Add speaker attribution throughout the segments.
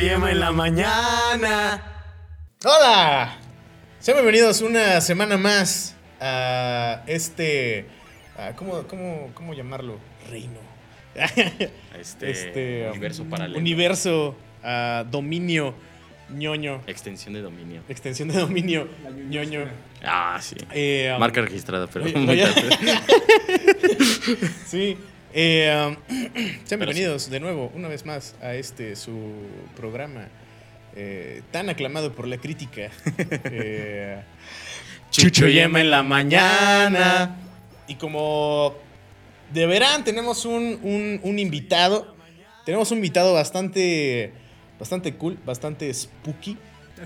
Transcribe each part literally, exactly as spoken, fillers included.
Speaker 1: Yema en la mañana.
Speaker 2: ¡Hola! Sean bienvenidos una semana más a este... A, ¿cómo, cómo, ¿Cómo llamarlo? Reino.
Speaker 1: A este,
Speaker 2: este
Speaker 1: universo
Speaker 2: um,
Speaker 1: paralelo.
Speaker 2: Universo, uh, dominio, ñoño.
Speaker 1: Extensión de dominio.
Speaker 2: Extensión de dominio, ñoño.
Speaker 1: Ah, sí.
Speaker 2: Eh, um,
Speaker 1: Marca registrada, pero...
Speaker 2: Oye, oye. Sí. Eh, um, sean bienvenidos sí. de nuevo, una vez más, a este, su programa eh, tan aclamado por la crítica. eh,
Speaker 1: Chucho Yema en la mañana.
Speaker 2: Y como deberán, tenemos un, un, un invitado. Tenemos un invitado bastante, bastante cool, bastante spooky.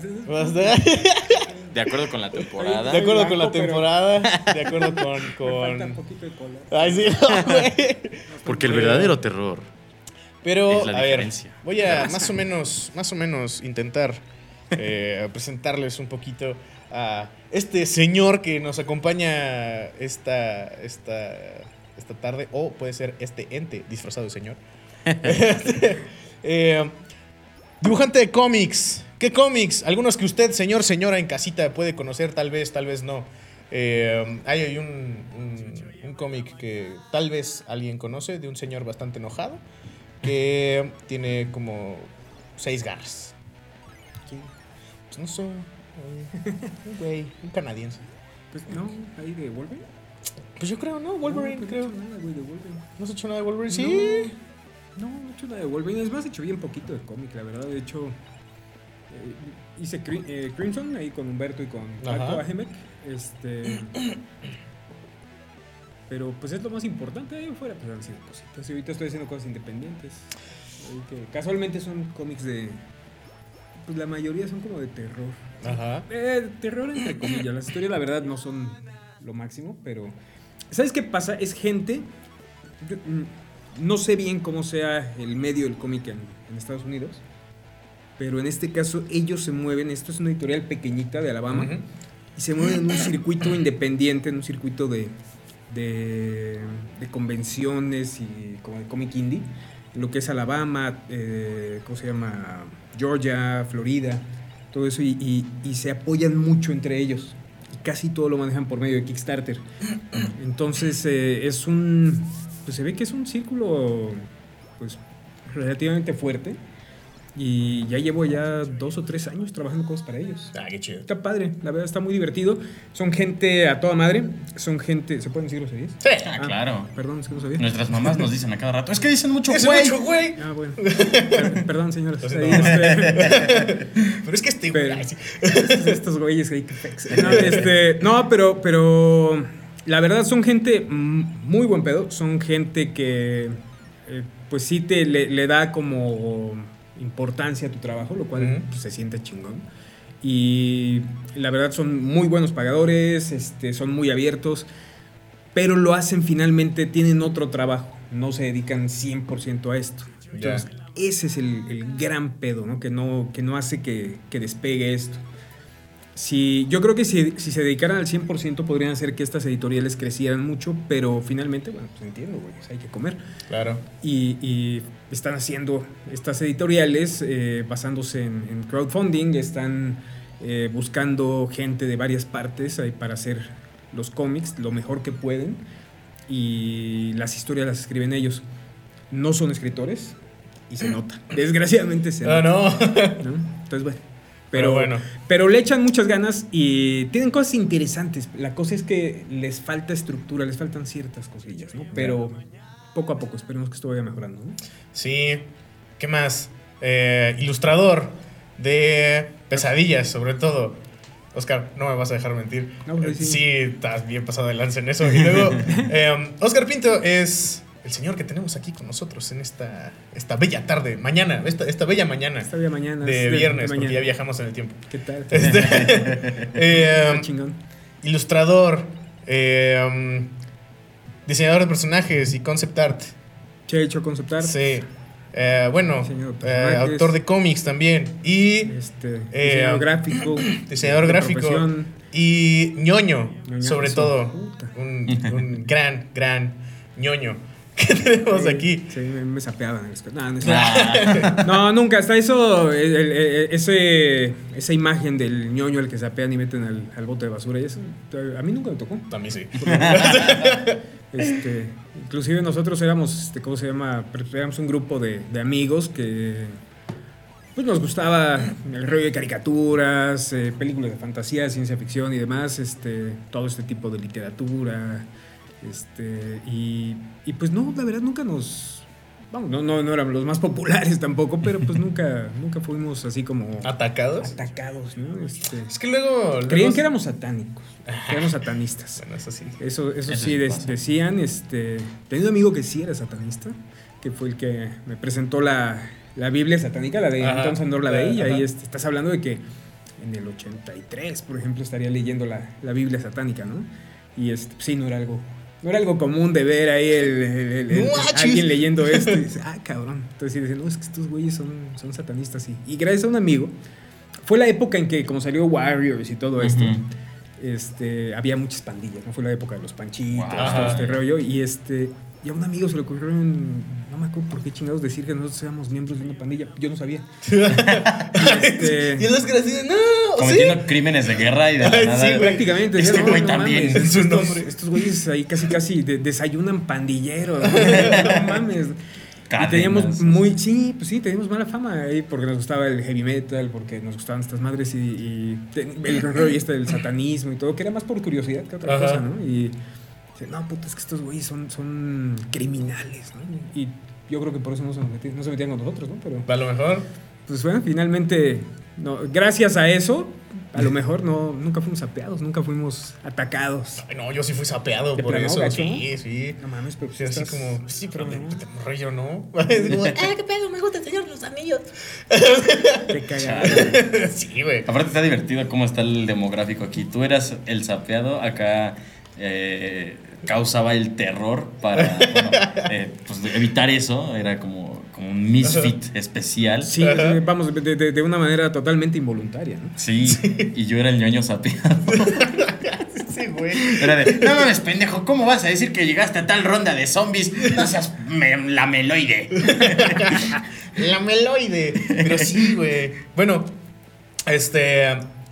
Speaker 1: De acuerdo con la temporada.
Speaker 2: De acuerdo con la
Speaker 3: Blanco,
Speaker 2: temporada. De acolor con. con...
Speaker 3: Me falta un poquito de color.
Speaker 2: Ay, sí, no, güey.
Speaker 1: Porque el verdadero terror.
Speaker 2: Pero,
Speaker 1: es la
Speaker 2: a ver,
Speaker 1: diferencia.
Speaker 2: voy a más o menos, más o menos intentar eh, presentarles un poquito a este señor que nos acompaña esta, esta, esta tarde, o puede ser este ente disfrazado de señor. eh, dibujante de cómics. ¿Qué cómics? Algunos que usted, señor, señora en casita puede conocer, tal vez, tal vez no. Eh, hay un, un, un cómic que tal vez alguien conoce, de un señor bastante enojado, que tiene como seis garras.
Speaker 3: ¿Quién?
Speaker 2: Pues no sé, un güey, un canadiense.
Speaker 3: Pues no, ahí de Wolverine.
Speaker 2: Pues yo creo, ¿no? Wolverine,
Speaker 3: no, pues
Speaker 2: creo.
Speaker 3: No he hecho nada, güey, de Wolverine.
Speaker 2: ¿No has hecho nada de Wolverine? Sí.
Speaker 3: No, no, no he hecho nada de Wolverine. Es más, he hecho bien poquito de cómic, la verdad. De hecho, eh, hice Cri- eh, Crimson ahí con Humberto y con Paco Ahemek. Este. Pero pues es lo más importante. Ahí afuera pues han sido cositas. Y ahorita estoy haciendo cosas independientes. Ahí que casualmente son cómics de. Pues la mayoría son como de terror.
Speaker 2: Ajá.
Speaker 3: Eh, terror entre comillas. Las historias, la verdad, no son lo máximo, pero. ¿Sabes qué pasa? Es gente. Yo, no sé bien cómo sea el medio del cómic en, en Estados Unidos, pero en este caso ellos se mueven. Esto es una editorial pequeñita de Alabama, uh-huh. y se mueven en un circuito independiente, en un circuito de, de, de convenciones y como de cómic indie, en lo que es Alabama, eh, ¿cómo se llama? Georgia, Florida, todo eso, y, y, y se apoyan mucho entre ellos. Y casi todo lo manejan por medio de Kickstarter. Entonces eh, es un... Pues se ve que es un círculo pues relativamente fuerte. Y ya llevo ya dos o tres años trabajando cosas para ellos.
Speaker 2: Ah, qué chido.
Speaker 3: Está padre, la verdad está muy divertido. Son gente a toda madre. Son gente... ¿Se pueden decir groserías?
Speaker 1: Sí, ah, ah, claro.
Speaker 3: Perdón, es que no sabía.
Speaker 1: Nuestras mamás nos dicen a cada rato. Es que dicen mucho
Speaker 2: güey.
Speaker 1: güey.
Speaker 2: mucho güey.
Speaker 3: Ah, bueno. Per- perdón, señores.
Speaker 2: Entonces,
Speaker 3: Ahí,
Speaker 2: no.
Speaker 3: este...
Speaker 2: Pero es que este güey.
Speaker 3: Pero, estos, estos güeyes ahí que pex. No, este, no, pero, pero la verdad son gente muy buen pedo. Son gente que eh, pues sí te le, le da como importancia a tu trabajo, lo cual uh-huh. pues, se siente chingón. Y la verdad son muy buenos pagadores, este, son muy abiertos, pero lo hacen finalmente, tienen otro trabajo, no se dedican cien por ciento a esto. Entonces, yeah. ese es el, el gran pedo, ¿no? Que no, que no hace que, que despegue esto. Si, yo creo que si, si se dedicaran al cien por ciento podrían hacer que estas editoriales crecieran mucho, pero finalmente, bueno, pues entiendo, güey, hay que comer.
Speaker 2: Claro.
Speaker 3: Y, y están haciendo estas editoriales eh, basándose en, en crowdfunding, están eh, buscando gente de varias partes ahí para hacer los cómics lo mejor que pueden, y las historias las escriben ellos. No son escritores y se nota, desgraciadamente se nota.
Speaker 2: No, no.
Speaker 3: ¿no? Entonces, bueno. Pero,
Speaker 2: pero bueno.
Speaker 3: Pero le echan muchas ganas y tienen cosas interesantes. La cosa es que les falta estructura, les faltan ciertas cosillas, ¿no? Pero poco a poco esperemos que esto vaya mejorando, ¿no?
Speaker 2: Sí. ¿Qué más? Eh, ilustrador de Pesadillas, sobre todo. Oscar, no me vas a dejar mentir.
Speaker 3: No, pues sí.
Speaker 2: sí, estás bien pasado de lanza en eso. Y luego, eh, Oscar Pinto es el señor que tenemos aquí con nosotros en esta, esta bella tarde, mañana, esta, esta bella mañana.
Speaker 3: Esta bella mañana.
Speaker 2: De viernes,
Speaker 3: de mañana.
Speaker 2: porque ya viajamos en el tiempo.
Speaker 3: ¿Qué tal?
Speaker 2: Este, eh,
Speaker 3: chingón.
Speaker 2: Ilustrador, eh, um, diseñador de personajes y concept art.
Speaker 3: Che, he hecho concept art.
Speaker 2: Sí. Eh, bueno, eh, autor de cómics también. Y
Speaker 3: este,
Speaker 2: eh,
Speaker 3: diseñador gráfico.
Speaker 2: Diseñador gráfico.
Speaker 3: Profesión.
Speaker 2: Y ñoño,
Speaker 3: Ñoñazo.
Speaker 2: sobre todo.
Speaker 3: Puta.
Speaker 2: Un, un gran, gran ñoño. ¿Qué tenemos
Speaker 3: Sí,
Speaker 2: aquí?
Speaker 3: Sí, me, me sapeaban en la escuela. No, no, es- no, nunca. Hasta eso, el- el- el- ese, esa imagen del ñoño al que sapean y meten al, al bote de basura y eso, a mí nunca me tocó.
Speaker 2: A mí sí.
Speaker 3: Este, inclusive nosotros éramos, este, ¿cómo se llama? Éramos un grupo de, de amigos que pues nos gustaba el rollo de caricaturas, eh, películas de fantasía, ciencia ficción y demás, este, todo este tipo de literatura, este, y, y pues no, la verdad nunca nos, vamos, no, no, no éramos los más populares tampoco, pero pues nunca, nunca fuimos así como
Speaker 2: ¿Atacados?
Speaker 3: atacados, ¿no? Este,
Speaker 2: Es que luego...
Speaker 3: creían
Speaker 2: luego-
Speaker 3: que éramos satánicos, que éramos satanistas.
Speaker 2: Bueno, eso sí.
Speaker 3: Eso, eso,
Speaker 4: Eso
Speaker 3: sí
Speaker 4: sí
Speaker 3: de-
Speaker 4: pasa.
Speaker 3: decían, este, tenía un amigo que sí era satanista, que fue el que me presentó la, la Biblia satánica, la de
Speaker 2: Ajá,
Speaker 3: entonces no la de ella,
Speaker 2: ajá.
Speaker 3: y este, estás hablando de que en el ochenta y tres, por ejemplo, estaría leyendo la, la Biblia satánica, ¿no? Y este, sí, no era algo, no era algo común de ver ahí el, el- el- el-
Speaker 2: No manches.
Speaker 3: alguien leyendo esto y dice, ah, cabrón. Entonces sí decían, no, es que estos güeyes son, son satanistas, sí. Y gracias a un amigo, fue la época en que, como salió Warriors y todo esto,
Speaker 4: Ujú.
Speaker 3: este, había muchas pandillas, ¿no? Fue la época de los panchitos,
Speaker 4: Wow.
Speaker 3: todo este rollo. Y este, y a un amigo se le ocurrió, en- no me acuerdo por qué chingados decir que nosotros éramos miembros de una pandilla. Yo no sabía. Y este,
Speaker 2: Y los graciosos, no, ¿sí?
Speaker 4: Cometiendo crímenes de guerra y de la
Speaker 2: Ay,
Speaker 4: nada.
Speaker 2: sí, güey.
Speaker 3: prácticamente.
Speaker 4: Este
Speaker 3: decía, no,
Speaker 4: güey
Speaker 3: no
Speaker 4: también,
Speaker 3: mames,
Speaker 2: en su
Speaker 3: estos,
Speaker 2: nombre.
Speaker 3: estos güeyes ahí casi casi de- desayunan pandilleros. No mames. Y
Speaker 4: Cadenas,
Speaker 3: teníamos
Speaker 4: así.
Speaker 3: muy, sí, pues sí, teníamos mala fama ahí porque nos gustaba el heavy metal, porque nos gustaban estas madres y, y te- el rollo este del satanismo y todo, que era más por curiosidad que otra
Speaker 2: Ajá.
Speaker 3: cosa, ¿no? Y dice, no, puta, es que estos güeyes son, son criminales, ¿no? Y yo creo que por eso no se, metían, no se metían con nosotros, ¿no? Pero,
Speaker 2: A lo mejor.
Speaker 3: pues bueno, finalmente, no, gracias a eso, a lo mejor no, nunca fuimos sapeados, nunca fuimos atacados.
Speaker 2: Ay, no, yo sí fui sapeado
Speaker 3: ¿De
Speaker 2: por
Speaker 3: plano,
Speaker 2: eso.
Speaker 3: gacho?
Speaker 2: Sí, sí.
Speaker 3: No mames, pero
Speaker 2: Sí,
Speaker 3: pues
Speaker 2: así
Speaker 3: estás-
Speaker 2: como, sí, pero de,
Speaker 3: no.
Speaker 2: de morrillo, ¿no? Así como, eh, qué pedo, me gusta el Señor de los Anillos.
Speaker 3: Qué cagado.
Speaker 2: Sí, güey.
Speaker 4: Aparte está divertido cómo está el demográfico aquí. Tú eras el sapeado, acá eh, causaba el terror para bueno, eh, pues, evitar eso. Era como, como un misfit especial.
Speaker 3: Sí,
Speaker 2: Ajá.
Speaker 3: sí, vamos, de, de- de una manera totalmente involuntaria, ¿no?
Speaker 4: Sí, y yo era el ñoño sapeado.
Speaker 2: Sí, güey.
Speaker 4: Era de, no mames, pendejo, ¿cómo vas a decir que llegaste a tal ronda de zombies? No seas me- la meloide.
Speaker 2: La meloide. Pero sí, güey. Bueno, este.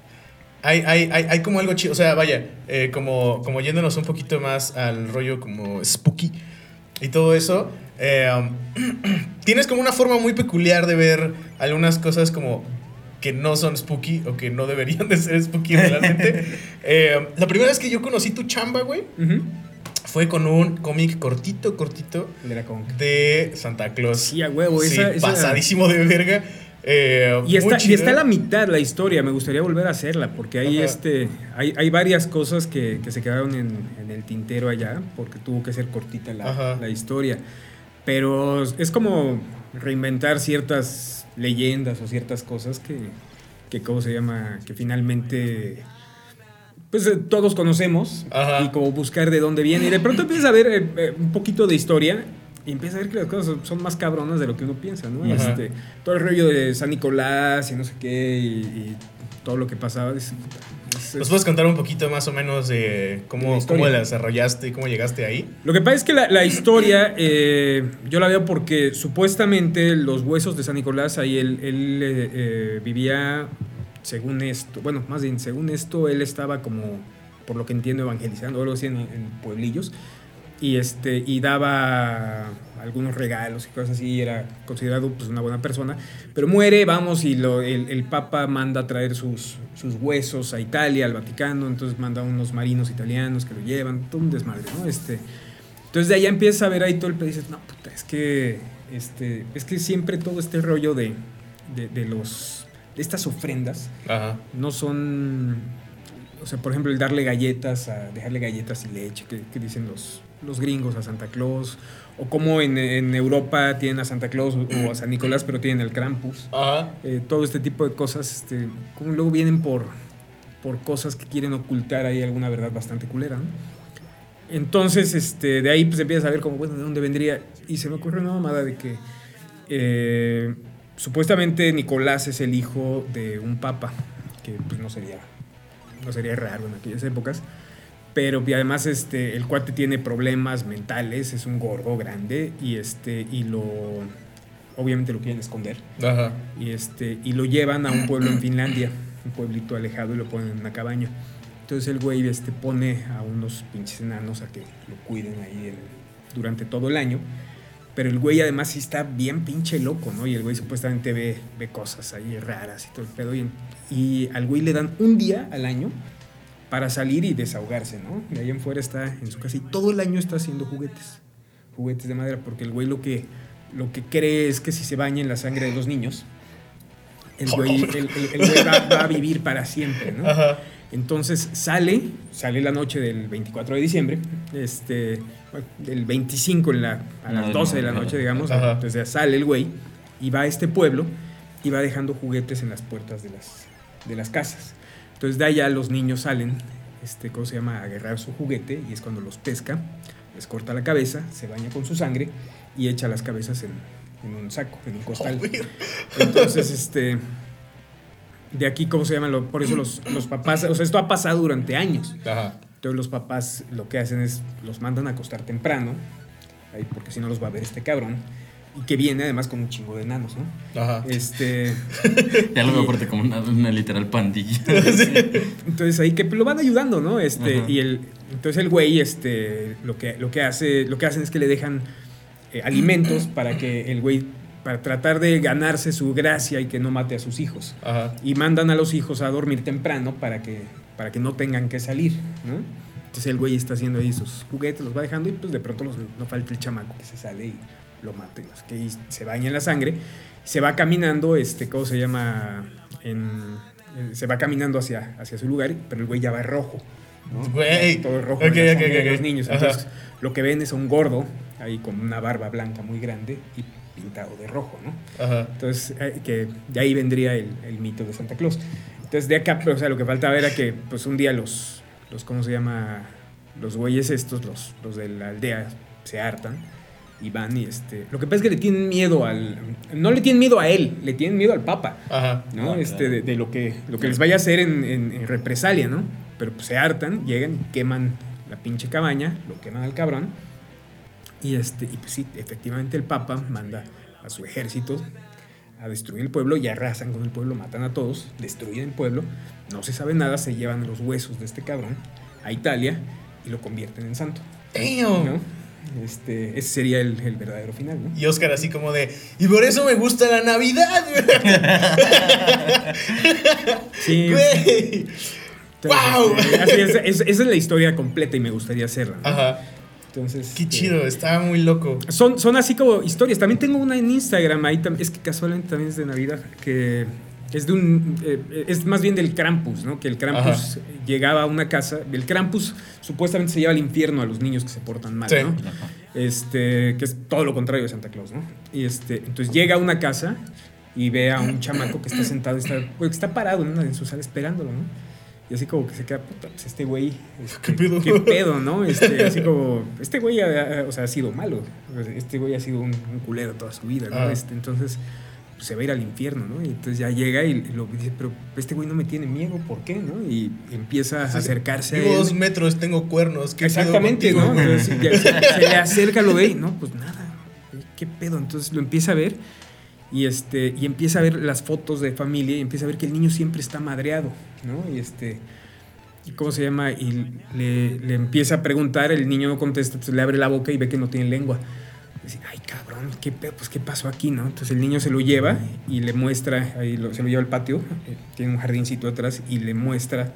Speaker 2: Hay, hay, hay, hay como algo chido. O sea, vaya, eh, como, como yéndonos un poquito más al rollo como spooky y todo eso. eh, tienes como una forma muy peculiar de ver algunas cosas como que no son spooky o que no deberían de ser spooky realmente. Eh, la primera vez que yo conocí tu chamba, güey,
Speaker 3: Ujú.
Speaker 2: fue con un cómic cortito, cortito
Speaker 3: El era como que-
Speaker 2: de Santa Claus.
Speaker 3: Sí, a huevo,
Speaker 2: Sí,
Speaker 3: esa- esa-
Speaker 2: pasadísimo de verga. Eh,
Speaker 3: Y
Speaker 2: muy
Speaker 3: está, y
Speaker 2: chida.
Speaker 3: está a la mitad la historia, me gustaría volver a hacerla, porque hay,
Speaker 2: Ajá.
Speaker 3: este, hay, hay varias cosas que, que se quedaron en, en el tintero allá, porque tuvo que ser cortita la,
Speaker 2: Ajá.
Speaker 3: la historia. Pero es como reinventar ciertas leyendas o ciertas cosas que, que ¿cómo se llama? Que finalmente pues eh, todos conocemos.
Speaker 2: Ajá.
Speaker 3: Y como buscar de dónde viene. Y de pronto empiezas a ver eh, eh, un poquito de historia y empiezas a ver que las cosas son- son más cabronas de lo que uno piensa, ¿no?
Speaker 2: Ajá.
Speaker 3: Este, todo el rollo de San Nicolás y no sé qué y, y todo lo que pasaba. Es, es-
Speaker 2: ¿Nos puedes contar un poquito más o menos de
Speaker 3: La
Speaker 2: cómo,
Speaker 3: historia.
Speaker 2: cómo la desarrollaste y cómo llegaste ahí?
Speaker 3: Lo que pasa es que la, la historia, eh, yo la veo porque supuestamente los huesos de San Nicolás, ahí él, él, eh, eh, vivía, según esto, bueno, más bien, según esto, él estaba como, por lo que entiendo, evangelizando o algo así en, en pueblillos, y, este, y daba algunos regalos y cosas así, era considerado pues, una buena persona, pero muere, vamos, y lo, el, el Papa manda a traer sus, sus huesos a Italia, al Vaticano, entonces manda unos marinos italianos que lo llevan, todo un desmadre, ¿no? Este, entonces de allá empieza a ver ahí todo el pedo y dices, no, puta, es que, este, es que siempre todo este rollo de, de, de los, de estas ofrendas
Speaker 2: Ajá.
Speaker 3: no son, o sea, por ejemplo, el darle galletas, a dejarle galletas y leche, que, que dicen los, los gringos a Santa Claus, o como en, en Europa tienen a Santa Claus o, o a San Nicolás, pero tienen el Krampus.
Speaker 2: Ajá.
Speaker 3: Eh, todo este tipo de cosas, este, como luego vienen por, por cosas que quieren ocultar ahí alguna verdad bastante culera, ¿no? Entonces, este, de ahí pues empiezas a ver como, bueno, ¿de dónde vendría? Y se me ocurre una mamada de que eh, supuestamente Nicolás es el hijo de un papa, que pues no sería, no sería raro en aquellas épocas. Pero y además este, el cuate tiene problemas mentales, es un gordo grande y, este, y lo... Obviamente lo quieren esconder.
Speaker 2: Ajá.
Speaker 3: Y, este, y lo llevan a un pueblo en Finlandia, un pueblito alejado, y lo ponen en una cabaña. Entonces el güey este, pone a unos pinches enanos a que lo cuiden ahí el, durante todo el año. Pero el güey además sí está bien pinche loco, ¿no? Y el güey supuestamente ve, ve cosas ahí raras y todo el pedo. Y, y al güey le dan un día al año para salir y desahogarse, ¿no? De ahí en fuera está en su casa y todo el año está haciendo juguetes. Juguetes de madera, porque el güey lo que... Lo que cree es que si se baña en la sangre de los niños, el güey, el, el, el güey va, va a vivir para siempre, ¿no?
Speaker 2: Ajá.
Speaker 3: Entonces sale, sale la noche del veinticuatro de diciembre, este, del veinticinco en la, a las doce de la noche, digamos.
Speaker 2: Ajá.
Speaker 3: Entonces sale el güey y va a este pueblo y va dejando juguetes en las puertas de las, de las casas. Entonces de allá los niños salen, este, ¿cómo se llama? A agarrar su juguete y es cuando los pesca, les corta la cabeza, se baña con su sangre y echa las cabezas en, en un saco, en un costal. Entonces, este, de aquí, ¿cómo se llama? Lo, por eso los, los papás, o sea, esto ha pasado durante años.
Speaker 2: Ajá.
Speaker 3: Entonces los papás lo que hacen es, los mandan a acostar temprano, ahí, porque si no los va a ver este cabrón, y que viene además con un chingo de enanos, ¿no?
Speaker 2: Ajá.
Speaker 3: Este...
Speaker 4: Ya lo veo aparte como una, una literal pandilla.
Speaker 3: Sí. Entonces ahí que lo van ayudando, ¿no? Este,
Speaker 4: Ajá.
Speaker 3: y el, entonces el güey, este, lo que, lo que hace, lo que hacen es que le dejan eh, alimentos para que el güey, para tratar de ganarse su gracia y que no mate a sus hijos.
Speaker 2: Ajá.
Speaker 3: Y mandan a los hijos a dormir temprano para que, para que no tengan que salir, ¿no? Entonces el güey está haciendo ahí sus juguetes, los va dejando y pues de pronto los, no falta el chamaco que se sale y lo mata, que y se baña en la sangre, se va caminando, este, ¿cómo se llama? En, en, se va caminando hacia, hacia su lugar, pero el güey ya va rojo, ¿no?
Speaker 2: Güey.
Speaker 3: Todo rojo,
Speaker 2: Ok,
Speaker 3: en la
Speaker 2: ok,
Speaker 3: sangre
Speaker 2: ok,
Speaker 3: de los
Speaker 2: ok.
Speaker 3: niños.
Speaker 2: Ajá.
Speaker 3: Entonces lo que ven es a un gordo ahí con una barba blanca muy grande y pintado de rojo, ¿no?
Speaker 2: Ajá.
Speaker 3: Entonces, eh, que de ahí vendría el, el mito de Santa Claus. Entonces, de acá, o sea, lo que faltaba era que, pues, un día los, los ¿cómo se llama? Los güeyes estos, los, los de la aldea, se hartan y van y, este... Lo que pasa es que le tienen miedo al... No le tienen miedo a él, le tienen miedo al Papa,
Speaker 2: Ajá.
Speaker 3: ¿no?
Speaker 4: Ah,
Speaker 3: este,
Speaker 4: claro.
Speaker 3: de, de lo que, lo que les vaya a hacer en, en, en represalia, ¿no? Pero, pues, se hartan, llegan y queman la pinche cabaña, lo queman al cabrón. Y, este, y pues sí, efectivamente el Papa manda a su ejército a destruir el pueblo y arrasan con el pueblo, matan a todos, destruyen el pueblo, no se sabe nada, se llevan los huesos de este cabrón a Italia y lo convierten en santo,
Speaker 2: Damn.
Speaker 3: ¿no? Este, ese sería el, el verdadero final, ¿no?
Speaker 2: Y Oscar así como de, y por eso me gusta la Navidad.
Speaker 3: Sí.
Speaker 2: Güey.
Speaker 3: Entonces,
Speaker 2: ¡Wow!
Speaker 3: este, así es, es- esa es la historia completa y me gustaría hacerla, ¿no?
Speaker 2: Ajá.
Speaker 3: Entonces,
Speaker 2: Qué
Speaker 3: este,
Speaker 2: chido, estaba muy loco.
Speaker 3: Son, son así como historias. También tengo una en Instagram ahí, tam- es que casualmente también es de Navidad, que es de un, eh, es más bien del Krampus, ¿no? Que el Krampus
Speaker 2: Ajá.
Speaker 3: llegaba a una casa, el Krampus supuestamente se lleva al infierno a los niños que se portan mal,
Speaker 2: Sí.
Speaker 3: ¿no? Este, que es todo lo contrario de Santa Claus, ¿no? Y este, entonces llega a una casa y ve a un chamaco que está sentado, está, que está parado en, una, en su sala esperándolo, ¿no? Y así como que se queda, puta, pues este güey, este,
Speaker 2: ¿Qué pedo?
Speaker 3: ¿Qué pedo, no? Este, así como, este güey ha, ha- o sea, ha sido malo, este güey ha sido un, un culero toda su vida, ¿no?
Speaker 2: Ah.
Speaker 3: Este, entonces, pues, se va a ir al infierno, ¿no? Y entonces ya llega y lo dice, pero este güey no me tiene miedo, ¿por qué, no? Y empieza a acercarse a
Speaker 2: Vivo
Speaker 3: él.
Speaker 2: dos metros, tengo cuernos. ¿Qué pedo
Speaker 3: Exactamente,
Speaker 2: contigo?
Speaker 3: ¿no? Entonces ya se, se le acerca, lo ve y no, pues nada, ¿qué pedo? Entonces lo empieza a ver y, este, y empieza a ver las fotos de familia y empieza a ver que el niño siempre está madreado, ¿no? Y este, ¿y ¿cómo se llama? Y le, le empieza a preguntar, el niño no contesta, entonces le abre la boca y ve que no tiene lengua. Dice, ay, cabrón, ¿qué pedo? Pues, ¿qué pasó aquí, no? Entonces el niño se lo lleva y le muestra, ahí lo- se lo lleva al patio, eh, tiene un jardincito atrás y le muestra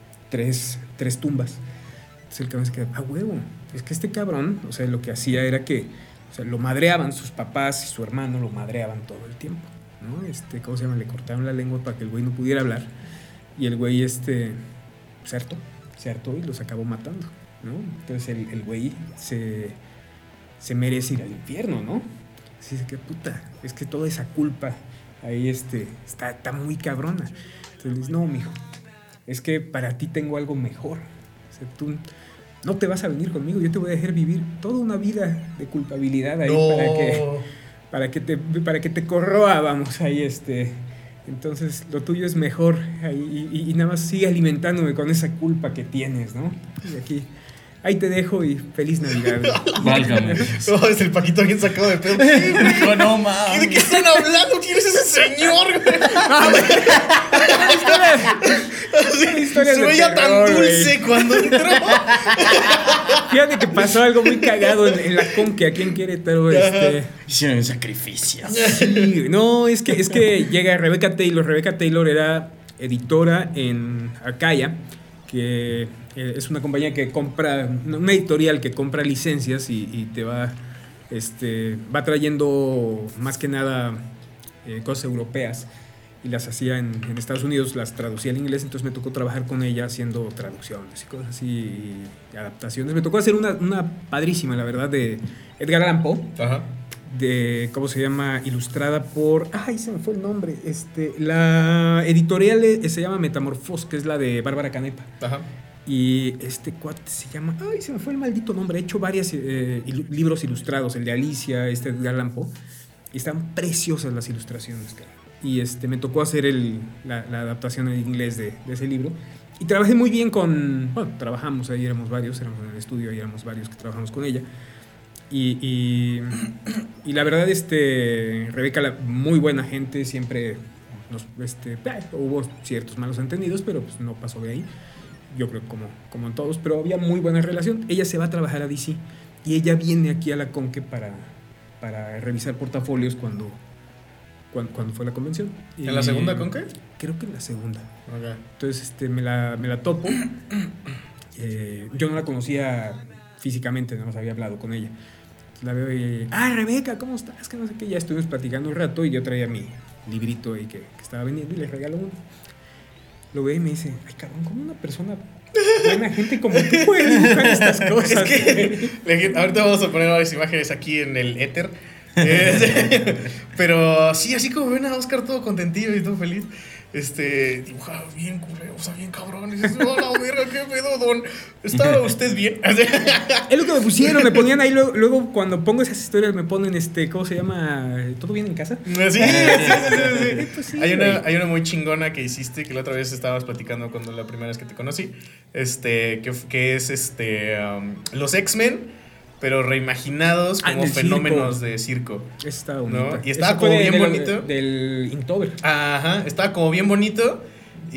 Speaker 3: tres, tres tumbas. Entonces el cabrón se queda, ah, huevo, es que este cabrón, o sea, lo que hacía era que, o sea, lo madreaban, sus papás y su hermano lo madreaban todo el tiempo, ¿no? Este, ¿cómo se llama? Le cortaron la lengua para que el güey no pudiera hablar y el güey, este, se hartó, se hartó y los acabó matando, ¿no? Entonces el, el güey se, se merece ir al infierno, ¿no? Así que puta, es que toda esa culpa ahí, este, está, está muy cabrona. Entonces le dices, no, mijo, es que para ti tengo algo mejor. O sea, tú no te vas a venir conmigo, yo te voy a dejar vivir toda una vida de culpabilidad ahí
Speaker 2: No.
Speaker 3: para que para que te para que te corroa, vamos, ahí este Entonces, lo tuyo es mejor. Y, y, y nada más sigue alimentándome con esa culpa que tienes, ¿no? Y aquí, ahí te dejo y feliz Navidad.
Speaker 4: Válgame.
Speaker 2: No, es el Paquito bien sacado de pedo. ¿Qué, güey?
Speaker 4: Dijo, no
Speaker 2: ¿De
Speaker 4: mames.
Speaker 2: qué están hablando? ¿Quién es ese señor, güey?
Speaker 3: Historias
Speaker 2: Se
Speaker 3: de
Speaker 2: veía
Speaker 3: terror,
Speaker 2: tan dulce
Speaker 3: güey.
Speaker 2: cuando entró.
Speaker 3: Fíjate que pasó algo muy cagado en, en la Conque aquí en Querétaro. Este,
Speaker 4: Hicieron un sacrificio.
Speaker 3: sí, no, es que, es que llega Rebecca Taylor. Rebecca Taylor era editora en Arcaya, que eh, es una compañía que compra, una editorial que compra licencias y, y te va, este, va trayendo más que nada eh, cosas europeas. Y las hacía en, en Estados Unidos, las traducía al inglés, entonces me tocó trabajar con ella haciendo traducciones y cosas así, y adaptaciones. Me tocó hacer una, una padrísima, la verdad, de Edgar Allan Poe,
Speaker 2: Ajá.
Speaker 3: de, ¿cómo se llama? Ilustrada por, ay, se me fue el nombre, este, la editorial eh, se llama Metamorfos, que es la de Bárbara Canepa.
Speaker 2: Ajá.
Speaker 3: Y este cuate se llama, ay, se me fue el maldito nombre, he hecho varios eh, il- libros ilustrados, el de Alicia, este de Edgar Allan Poe, y están preciosas las ilustraciones, cara. Y este, me tocó hacer el, la, la adaptación en inglés de, de ese libro. Y trabajé muy bien con... Bueno, trabajamos, ahí éramos varios, éramos en el estudio, ahí éramos varios que trabajamos con ella. Y, y, y la verdad, este, Rebeca, la, muy buena gente, siempre nos, este, eh, hubo ciertos malos entendidos, pero pues no pasó de ahí. Yo creo como, como en todos, pero había muy buena relación. Ella se va a trabajar a D C y ella viene aquí a la Conque para, para revisar portafolios cuando... Cuando, cuando fue la convención.
Speaker 2: ¿En la segunda con qué?
Speaker 3: Creo que en la segunda.
Speaker 2: Okay.
Speaker 3: Entonces este, me, la, me la topo. Eh, yo no la conocía físicamente, nada más había hablado con ella. La veo y... Ah, Rebeca, ¿cómo estás? Que no sé qué. Ya estuvimos platicando un rato y yo traía mi librito ahí que, que estaba vendiendo y le regalo uno. Lo ve y me dice, ay, cabrón, como una persona... buena gente como tú puede dibujar estas cosas.
Speaker 2: Es que, le- ahorita vamos a poner varias imágenes aquí en el éter. Eh, pero sí, así como ven a Oscar todo contentillo y todo feliz. Este, dibujaba bien culero, o sea, bien cabrón. Y dices, no, la verga, qué pedo, don. ¿Estaba usted bien?
Speaker 3: Es lo que me pusieron, me ponían ahí, luego, luego cuando pongo esas historias me ponen, este, ¿cómo se llama? ¿Todo bien en casa?
Speaker 2: Sí, sí, sí, sí, sí.
Speaker 3: Pues sí,
Speaker 2: hay, una,
Speaker 3: güey.
Speaker 2: hay una muy chingona que hiciste que la otra vez estábamos platicando cuando la primera vez que te conocí. Este, que, que es este, um, los X-Men, pero reimaginados
Speaker 3: Ah,
Speaker 2: como
Speaker 3: del
Speaker 2: fenómenos
Speaker 3: circo.
Speaker 2: de circo.
Speaker 3: Esa estaba bonita.
Speaker 2: ¿No? Y estaba
Speaker 3: Eso fue
Speaker 2: como
Speaker 3: de-
Speaker 2: bien
Speaker 3: de lo-
Speaker 2: bonito.
Speaker 3: Del Inktober.
Speaker 2: Ajá, estaba como bien bonito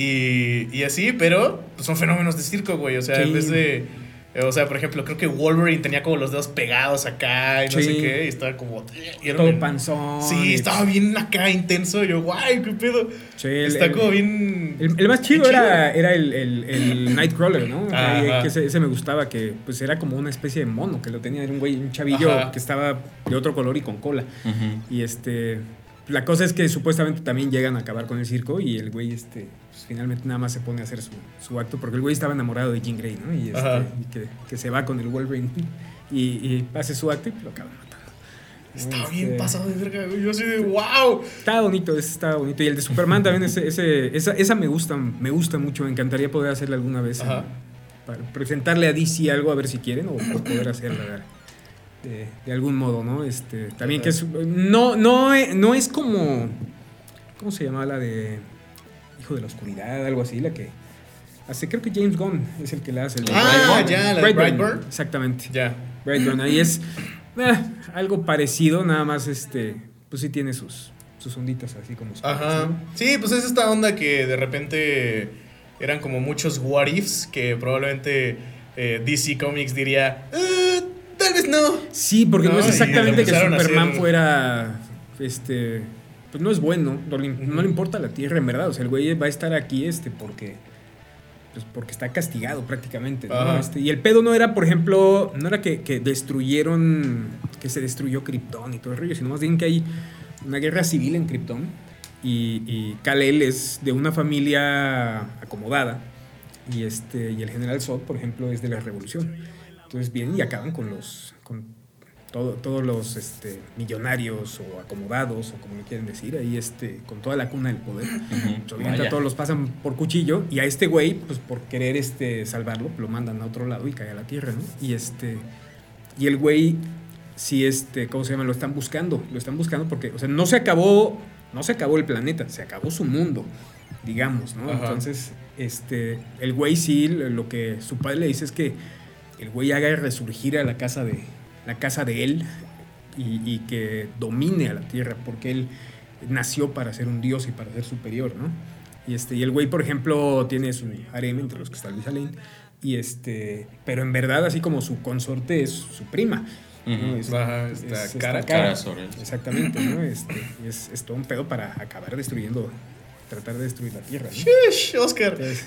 Speaker 2: y, y así, pero pues, son fenómenos de circo, güey. O sea,
Speaker 3: Sí.
Speaker 2: en vez de... O sea, por ejemplo, creo que Wolverine tenía como los dedos pegados acá y no
Speaker 3: Sí.
Speaker 2: sé qué, y estaba como... Y era
Speaker 3: Todo
Speaker 2: un-
Speaker 3: panzón.
Speaker 2: Sí,
Speaker 3: y-
Speaker 2: estaba bien acá intenso. Y yo, guay, qué pedo.
Speaker 3: Sí, el-
Speaker 2: Está
Speaker 3: el-
Speaker 2: como bien...
Speaker 3: El, el más chido
Speaker 2: bien
Speaker 3: era, era el, el, el Nightcrawler, ¿no?
Speaker 2: Ajá.
Speaker 3: Que ese, ese me gustaba, que pues era como una especie de mono, que lo tenía, era un güey, un chavillo
Speaker 2: Ajá.
Speaker 3: que estaba de otro color y con cola.
Speaker 4: Ujú.
Speaker 3: Y este, la cosa es que supuestamente también llegan a acabar con el circo y el güey, este, pues, finalmente nada más se pone a hacer su, su acto, porque el güey estaba enamorado de Jean Grey, ¿no? Y, este,
Speaker 2: Ajá.
Speaker 3: y que, que se va con el Wolverine y, y hace su acto y lo acaban matando.
Speaker 2: Estaba
Speaker 3: Este,
Speaker 2: bien pasado de verga, güey. Yo así de, wow.
Speaker 3: Estaba bonito, ese estaba bonito. Y el de Superman también, ese, ese, esa, esa me gusta, me gusta mucho. Me encantaría poder hacerla alguna vez.
Speaker 2: Ajá.
Speaker 3: eh, para presentarle a D C algo, a ver si quieren, o, o poder hacerla de, de algún modo, ¿no? Este, también que es. No, no, eh, no es como. ¿Cómo se llama la de Hijo de la Oscuridad? Algo así, la que hace. Creo que James Gunn es el que la hace. El de
Speaker 2: Ah,
Speaker 3: Brightburn.
Speaker 2: ya, la de
Speaker 3: Brightburn,
Speaker 2: Brightburn.
Speaker 3: Exactamente.
Speaker 2: Ya.
Speaker 3: Brightburn, ahí es eh, algo parecido, nada más este, pues sí tiene sus, sus onditas así como sus
Speaker 2: Ajá.
Speaker 3: cosas, ¿no?
Speaker 2: Sí, pues es esta onda que de repente eran como muchos what ifs que probablemente eh, D C Comics diría, "Eh, tal vez no".
Speaker 3: Sí, porque no,
Speaker 2: No,
Speaker 3: es
Speaker 2: y
Speaker 3: exactamente
Speaker 2: lo
Speaker 3: que
Speaker 2: empezaron a
Speaker 3: Superman
Speaker 2: hacer-
Speaker 3: fuera, este, pues no es bueno, no le, no le importa la Tierra en verdad, o sea, el güey va a estar aquí, este, porque, pues porque está castigado prácticamente, ¿no?
Speaker 2: Ajá.
Speaker 3: Este, y el pedo no era, por ejemplo, no era que, que destruyeron, que se destruyó Krypton y todo el rollo, sino más bien que hay una guerra civil en Krypton y, y Kal-El es de una familia acomodada y este y el general Zod, por ejemplo, es de la revolución. Entonces vienen y acaban con los con todo, todos los este, millonarios o acomodados o como le quieren decir, ahí este con toda la cuna del poder.
Speaker 4: Ujú.
Speaker 3: Pues, obviamente
Speaker 4: Vaya.
Speaker 3: a todos los pasan por cuchillo y a este güey, pues por querer este salvarlo, lo mandan a otro lado y cae a la tierra, ¿no? Y este y el güey sí este, ¿cómo se llama? Lo están buscando, lo están buscando porque, o sea, no se acabó no se acabó el planeta, se acabó su mundo, digamos, ¿no?
Speaker 2: Ajá.
Speaker 3: Entonces, este, el güey sí, lo que su padre le dice es que el güey haga resurgir a la casa de, la casa de él y, y que domine a la tierra, porque él nació para ser un dios y para ser superior, ¿no? Y, este, y el güey, por ejemplo, tiene su harem, entre los que está Luis Alain, y este, pero en verdad, así como su consorte es su prima. ¿no?
Speaker 4: Uh-huh.
Speaker 3: Es,
Speaker 2: Ajá, esta
Speaker 3: es
Speaker 2: cara.
Speaker 3: esta cara.
Speaker 4: Cara sobre él.
Speaker 3: Exactamente, ¿no? Este, y es, es todo un pedo para acabar destruyendo, tratar de destruir la tierra, ¿no?
Speaker 2: Shush, Oscar.
Speaker 3: Entonces,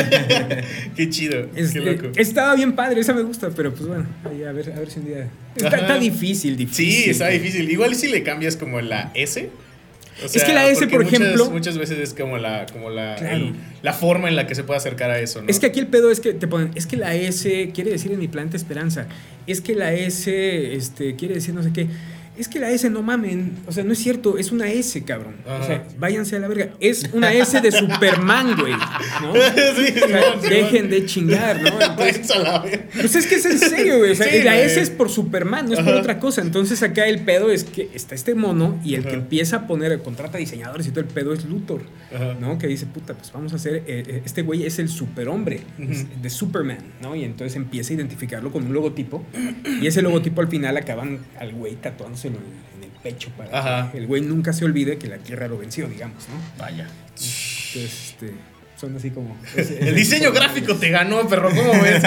Speaker 2: Qué chido.
Speaker 3: este,
Speaker 2: Qué loco.
Speaker 3: estaba bien padre, esa me gusta, pero pues bueno, ahí a ver, a ver si un día... Está,
Speaker 2: Ajá.
Speaker 3: está difícil, difícil.
Speaker 2: Sí, está
Speaker 3: que-
Speaker 2: difícil. Igual si le cambias como la S. O
Speaker 3: Es que la S,
Speaker 2: porque
Speaker 3: por
Speaker 2: muchas-
Speaker 3: ejemplo-
Speaker 2: Muchas veces es como la, como la,
Speaker 3: Claro.
Speaker 2: el- la forma en la que se puede acercar a eso, ¿no?
Speaker 3: Es que aquí el pedo es que te ponen, es que la S quiere decir en mi planeta Esperanza, es que la S este, quiere decir no sé qué, es que la S no mamen, o sea, no es cierto, es una S, cabrón.
Speaker 2: Ajá.
Speaker 3: O sea, váyanse a la verga, es una S de Superman, güey, ¿no?
Speaker 2: Sí,
Speaker 3: O sea,
Speaker 2: Simón,
Speaker 3: dejen
Speaker 2: Simón.
Speaker 3: de chingar, ¿no? Entonces,
Speaker 2: Váyanse a la verga.
Speaker 3: pues es que es en serio, güey. O sea,
Speaker 2: Sí,
Speaker 3: la
Speaker 2: güey.
Speaker 3: S es por Superman, no es por
Speaker 2: Ajá.
Speaker 3: otra cosa. Entonces acá el pedo es que está este mono y el que
Speaker 2: Ajá.
Speaker 3: empieza a poner, contrata diseñadores y todo el pedo es Luthor,
Speaker 2: Ajá.
Speaker 3: ¿no? Que dice, puta, pues vamos a hacer, eh, eh, este güey es el superhombre,
Speaker 2: Ujú.
Speaker 3: es de Superman, ¿no? Y entonces empieza a identificarlo con un logotipo y ese logotipo al final acaban al güey tatuándoselo en, en el pecho para
Speaker 2: Ajá.
Speaker 3: que el güey nunca se olvide que la Tierra lo venció, digamos, ¿no?
Speaker 4: Vaya.
Speaker 3: Entonces, este, son así como...
Speaker 2: El diseño gráfico te ganó, perro. ¿Cómo ves?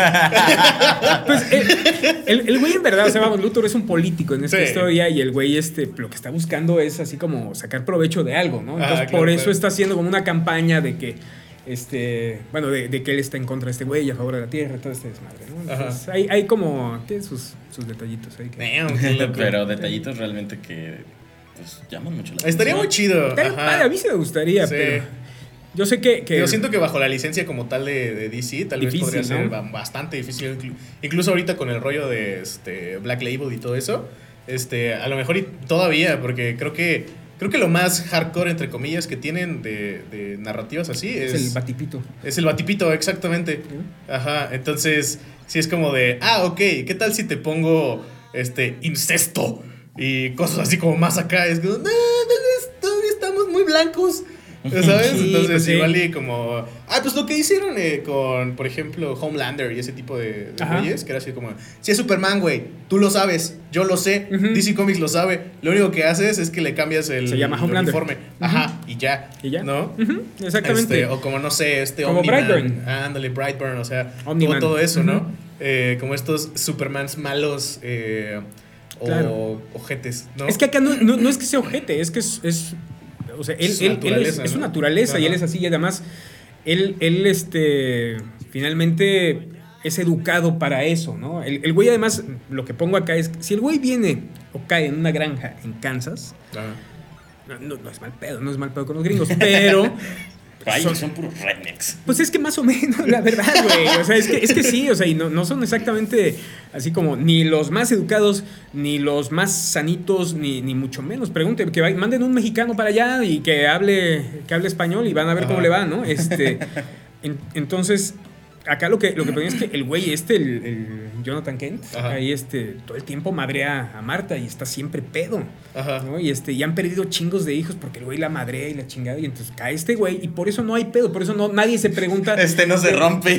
Speaker 3: Pues el, el, el güey en verdad, o sea, vamos, Luthor es un político en esta
Speaker 2: Sí.
Speaker 3: historia y el güey este, lo que está buscando es así como sacar provecho de algo, ¿no? Entonces
Speaker 2: Ah, claro,
Speaker 3: por eso
Speaker 2: claro.
Speaker 3: está haciendo como una campaña de que, este, bueno, de, de que él está en contra de este güey y a favor de la tierra, todo este desmadre, ¿no? Entonces hay, hay como, tiene sus, sus detallitos ahí. Que,
Speaker 2: Damn, qué loco.
Speaker 4: Pero detallitos realmente que pues, llaman mucho la atención.
Speaker 2: Estaría muy chido.
Speaker 3: Está bien padre, a mí sí me gustaría,
Speaker 2: Sí.
Speaker 3: pero yo sé que... que
Speaker 2: Yo siento que bajo la licencia como tal de, de D C, tal
Speaker 3: Difícil,
Speaker 2: vez podría ser
Speaker 3: ¿no?
Speaker 2: ba- bastante difícil. Inclu- Incluso ahorita con el rollo de este Black Label y todo eso, este, a lo mejor y todavía, porque creo que creo que lo más hardcore, entre comillas, que tienen de, de narrativas así es,
Speaker 3: es el batipito.
Speaker 2: es el batipito, exactamente. Ajá, entonces, sí es como de, ah, ok, ¿qué tal si te pongo este incesto? Y cosas así como más acá, es como, no, tal vez todavía estamos muy blancos. ¿Sabes?
Speaker 3: Sí,
Speaker 2: Entonces,
Speaker 3: pues sí.
Speaker 2: igual y como. Ah, pues lo que hicieron eh, con, por ejemplo, Homelander y ese tipo de, de
Speaker 3: Ajá.
Speaker 2: güeyes, que era así como: si es Superman, güey, tú lo sabes, yo lo sé,
Speaker 3: Ujú.
Speaker 2: D C Comics lo sabe. Lo único que haces es que le cambias el,
Speaker 3: Se llama
Speaker 2: el
Speaker 3: Homelander.
Speaker 2: uniforme. Ajá, y ya.
Speaker 3: ¿Y ya?
Speaker 2: ¿No?
Speaker 3: Ujú, exactamente.
Speaker 2: Este, o como, no sé, este
Speaker 3: Como
Speaker 2: Omniman.
Speaker 3: Brightburn.
Speaker 2: Ándale, Brightburn, o sea,
Speaker 3: Omniman.
Speaker 2: todo, todo eso, ¿no?
Speaker 3: Ujú.
Speaker 2: Eh, como estos Supermans malos eh, o
Speaker 3: Claro.
Speaker 2: ojetes, ¿no?
Speaker 3: Es que acá no, no, no es que sea ojete, es que es... es- o sea, él,
Speaker 2: Su
Speaker 3: él- él es,
Speaker 2: naturaleza,
Speaker 3: es su
Speaker 2: ¿no?
Speaker 3: naturaleza y
Speaker 2: Ajá.
Speaker 3: él es así. Y además, él, él este, finalmente es educado para eso, ¿no? El, el güey además, lo que pongo acá es, si el güey viene o cae en una granja en Kansas,
Speaker 2: Ajá.
Speaker 3: no, no, no es mal pedo, no es mal pedo con los gringos, pero...
Speaker 4: Ay,
Speaker 3: son-
Speaker 4: son puros rednecks.
Speaker 3: Pues es que más o menos, la verdad, güey. O sea, es que, es que sí, o sea, y no, no son exactamente así como ni los más educados, ni los más sanitos, ni, ni mucho menos. Pregunten, que vay- manden un mexicano para allá y que hable, que hable español y van a ver cómo
Speaker 2: Ajá.
Speaker 3: le va, ¿no? Este, en- entonces, acá lo que, lo que ponen es que el güey este, el, el Jonathan Kent,
Speaker 2: Ajá.
Speaker 3: ahí este, todo el tiempo madrea a Marta y está siempre pedo.
Speaker 2: Ajá.
Speaker 3: ¿no? Y este, y han perdido chingos de hijos porque el güey la madrea y la chingada. Y entonces cae este güey y por eso no hay pedo, por eso no, nadie se pregunta.
Speaker 4: Este no se rompe.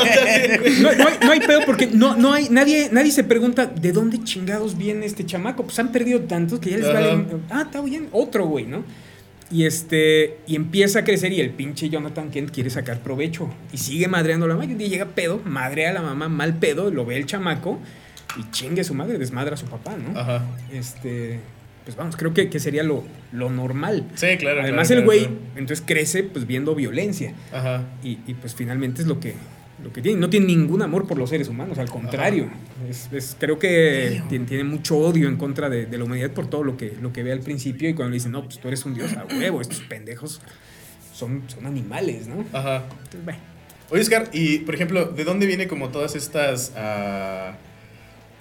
Speaker 3: No, no hay, no hay pedo porque no, no hay, nadie, nadie se pregunta de dónde chingados viene este chamaco. Pues han perdido tantos que ya les
Speaker 2: Ajá.
Speaker 3: vale. Ah, está bien, otro güey, ¿no? Y este, y empieza a crecer y el pinche Jonathan Kent quiere sacar provecho. Y sigue madreando a la mamá. Y un día llega pedo, madrea a la mamá, mal pedo, lo ve el chamaco y chingue a su madre, desmadra a su papá, ¿no?
Speaker 2: Ajá.
Speaker 3: Este, pues vamos, creo que, que sería lo, lo normal.
Speaker 2: Sí, claro.
Speaker 3: Además
Speaker 2: claro,
Speaker 3: el güey,
Speaker 2: claro,
Speaker 3: entonces crece pues viendo violencia.
Speaker 2: claro. Ajá.
Speaker 3: Y, y, pues finalmente es lo que, lo que tiene. No tiene ningún amor por los seres humanos, al contrario. Es, es- creo que tiene, tiene mucho odio en contra de, de la humanidad por todo lo que, lo que ve al principio. Y cuando le dicen, no, pues tú eres un dios a huevo, estos pendejos son, son animales, ¿no?
Speaker 2: Ajá.
Speaker 3: Entonces, bueno.
Speaker 2: Oye, Oscar, y por ejemplo, ¿de dónde viene como todas estas ah,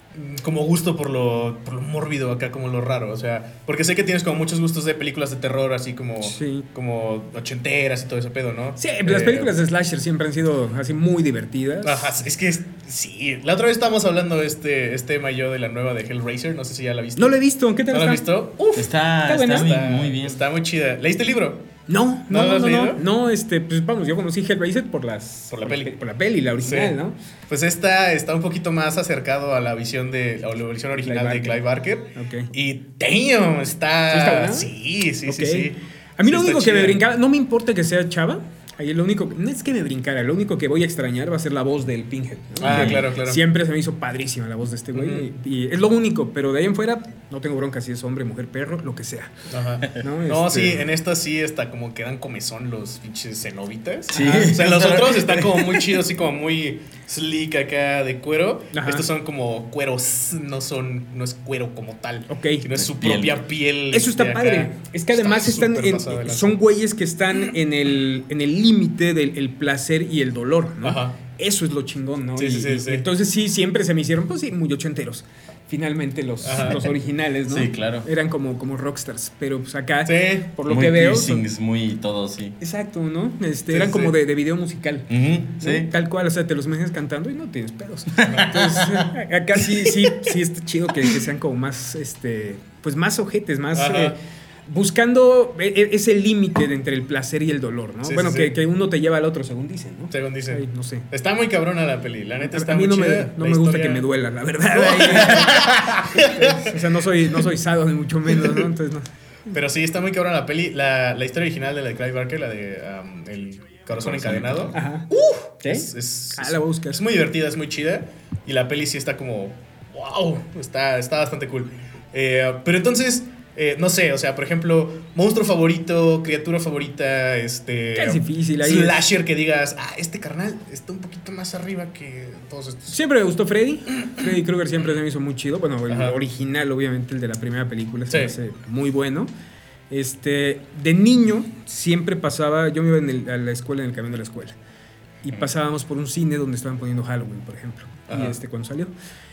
Speaker 2: como gusto por lo, por lo mórbido acá, como lo raro, o sea, porque sé que tienes como muchos gustos de películas de terror, así como,
Speaker 3: Sí.
Speaker 2: como ochenteras y todo ese pedo, ¿no?
Speaker 3: Sí, las
Speaker 2: Eh,
Speaker 3: películas de slasher siempre han sido así muy divertidas.
Speaker 2: Ajá, es que es- sí, la otra vez estábamos hablando este, este Emma y yo de la nueva de Hellraiser, no sé si ya la viste.
Speaker 3: No lo he visto, ¿qué tal
Speaker 2: ¿No la has
Speaker 3: está?
Speaker 2: visto? Uf,
Speaker 4: Está,
Speaker 3: Está buena.
Speaker 4: está muy,
Speaker 2: está,
Speaker 4: muy bien.
Speaker 2: está muy chida. ¿Leíste el libro?
Speaker 3: No,
Speaker 2: ¿No
Speaker 3: no,
Speaker 2: lo
Speaker 3: no,
Speaker 2: has
Speaker 3: no,
Speaker 2: leído?
Speaker 3: no, no, este, pues vamos, yo conocí Hellraiser por las...
Speaker 2: Por la peli.
Speaker 3: Por la peli, la original,
Speaker 2: Sí.
Speaker 3: ¿no?
Speaker 2: Pues esta está un poquito más acercado a la visión de a la versión original
Speaker 3: Clive
Speaker 2: de Clive Barker.
Speaker 3: Ok.
Speaker 2: Y damn, está.
Speaker 3: ¿Sí está buena?
Speaker 2: Sí, sí,
Speaker 3: Ok.
Speaker 2: sí, sí.
Speaker 3: A mí
Speaker 2: Sí
Speaker 3: lo
Speaker 2: está
Speaker 3: único que me
Speaker 2: chida.
Speaker 3: brincaba, no me importa que sea chava, ahí lo único, no es que me brincara, lo único que voy a extrañar va a ser la voz del Pinhead. ¿no?
Speaker 2: Ah,
Speaker 3: Que
Speaker 2: claro, claro.
Speaker 3: Siempre se me hizo padrísima la voz de este güey.
Speaker 2: Ujú.
Speaker 3: y, y es lo único, pero de ahí en fuera no tengo bronca si es hombre, mujer, perro, lo que sea.
Speaker 2: Ajá.
Speaker 3: No,
Speaker 2: No,
Speaker 3: Este-
Speaker 2: sí, en esta sí está como que dan comezón los pinches cenobitas.
Speaker 4: Sí.
Speaker 2: O sea, los otros están como muy chidos, así como muy sleek acá de cuero.
Speaker 3: Ajá.
Speaker 2: Estos son como cueros, no son, no es cuero como tal.
Speaker 3: Ok.
Speaker 2: Sino es su
Speaker 4: Piel.
Speaker 2: propia piel.
Speaker 3: Eso está
Speaker 2: de acá.
Speaker 3: padre. Es que además
Speaker 2: Está
Speaker 3: están
Speaker 2: súper
Speaker 3: en,
Speaker 2: pasado de lanza.
Speaker 3: son güeyes que están en el en el límite del el placer y el dolor, ¿no?
Speaker 2: Ajá.
Speaker 3: Eso es lo chingón, ¿no?
Speaker 2: Sí,
Speaker 3: Y-
Speaker 2: sí, sí,
Speaker 3: y-
Speaker 2: sí.
Speaker 3: Entonces sí, siempre se me hicieron, pues sí, muy ochenteros. Finalmente los,
Speaker 2: Ajá.
Speaker 3: los originales, ¿no?
Speaker 4: Sí, claro.
Speaker 3: Eran como, como rockstars, pero pues acá,
Speaker 2: Sí.
Speaker 3: por lo
Speaker 4: muy
Speaker 3: que veo... son-
Speaker 4: piercings, muy todo, sí.
Speaker 3: exacto, ¿no? Este,
Speaker 2: Sí,
Speaker 3: eran
Speaker 2: sí,
Speaker 3: como
Speaker 2: sí.
Speaker 3: de, de video musical.
Speaker 4: Ujú,
Speaker 3: ¿no?
Speaker 4: sí.
Speaker 3: Tal cual, o sea, te los imaginas cantando y no tienes pedos. Entonces, acá sí, sí, sí está chido que, que sean como más, este, pues más ojetes, más
Speaker 2: Ajá.
Speaker 3: eh, buscando e- e- ese límite de entre el placer y el dolor, ¿no?
Speaker 2: Sí,
Speaker 3: bueno,
Speaker 2: sí,
Speaker 3: que,
Speaker 2: sí.
Speaker 3: que uno te lleva al otro, según dicen, ¿no?
Speaker 2: Según dicen.
Speaker 3: Ay, no sé.
Speaker 2: Está muy cabrona la peli, la neta está
Speaker 3: a mí
Speaker 2: muy
Speaker 3: no me,
Speaker 2: chida.
Speaker 3: no
Speaker 2: La
Speaker 3: me gusta
Speaker 2: historia-
Speaker 3: que me duela, la verdad. Ahí, o sea, no soy, no soy sado ni mucho menos, ¿no? Entonces, no.
Speaker 2: Pero sí, está muy cabrona la peli. La, la historia original de la de Clive Barker, la de um, El Corazón
Speaker 4: Corazón
Speaker 2: Encadenado.
Speaker 3: Ajá. ¿Sí?
Speaker 2: Es, es-
Speaker 3: Ah, la voy a buscar.
Speaker 2: es muy divertida, es muy chida. Y la peli sí está como. ¡Wow! Está, está bastante cool. Eh, pero entonces, eh, no sé, o sea, por ejemplo, monstruo favorito, criatura favorita, este.
Speaker 3: Es difícil ahí.
Speaker 2: Slasher que digas, ah, este carnal está un poquito más arriba que todos estos.
Speaker 3: Siempre me gustó Freddy. Freddy Krueger siempre se me hizo muy chido. Bueno, el
Speaker 2: Ajá.
Speaker 3: original, obviamente, el de la primera película, se me
Speaker 2: Sí.
Speaker 3: hace muy bueno. Este, de niño siempre pasaba, yo me iba en el- a la escuela, en el camión de la escuela, y pasábamos por un cine donde estaban poniendo Halloween, por ejemplo,
Speaker 2: Ajá.
Speaker 3: y este cuando salió.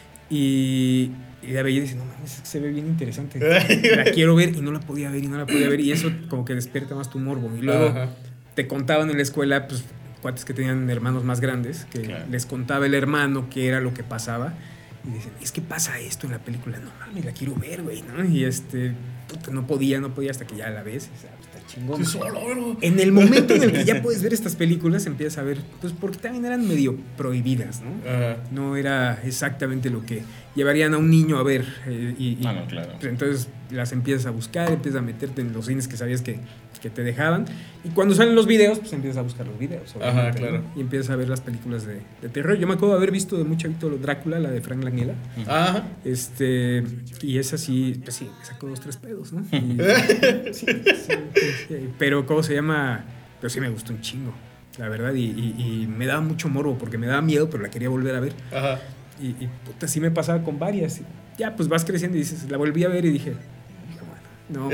Speaker 3: Y, y la veía y dice, no mames, se ve bien interesante. La quiero ver y no la podía ver y no la podía ver, y eso como que despierta más tu morbo. Y luego
Speaker 2: Ajá.
Speaker 3: te contaban en la escuela, pues, cuates que tenían hermanos más grandes, que
Speaker 4: Claro.
Speaker 3: les contaba el hermano qué era lo que pasaba. Y dicen, es que pasa esto en la película. No mames, la quiero ver, güey, ¿no? Y este, puta, no podía, no podía hasta que ya la ves. Y dices, ah, pues, está chingón.
Speaker 2: Sí, solo, bro.
Speaker 3: En el momento en el que ya puedes ver estas películas, empiezas a ver, pues porque también eran medio prohibidas, ¿no?
Speaker 2: Ajá.
Speaker 3: No era exactamente lo que llevarían a un niño a ver. eh, y, y,
Speaker 4: Ah, no, claro.
Speaker 3: pues, entonces las empiezas a buscar, empiezas a meterte en los cines que sabías que, que te dejaban. Y cuando salen los videos, pues empiezas a buscar los videos.
Speaker 2: Ajá,
Speaker 3: obviamente,
Speaker 2: claro.
Speaker 3: ¿no? Y empiezas a ver las películas de, de terror. Yo me acuerdo de haber visto de muy chavito Drácula, la de Frank Langella.
Speaker 2: Ajá.
Speaker 3: Este, y esa sí, pues sí, me sacó dos, tres pedos, ¿no? Y- sí, sí, sí, sí. Pero, ¿cómo se llama? Pero sí me gustó un chingo, la verdad. Y, y- y me daba mucho morbo porque me daba miedo, pero la quería volver a ver.
Speaker 2: Ajá.
Speaker 3: Y, y puta, sí me pasaba con varias. Ya, pues vas creciendo y dices, la volví a ver y dije, "Hijo, mano, no,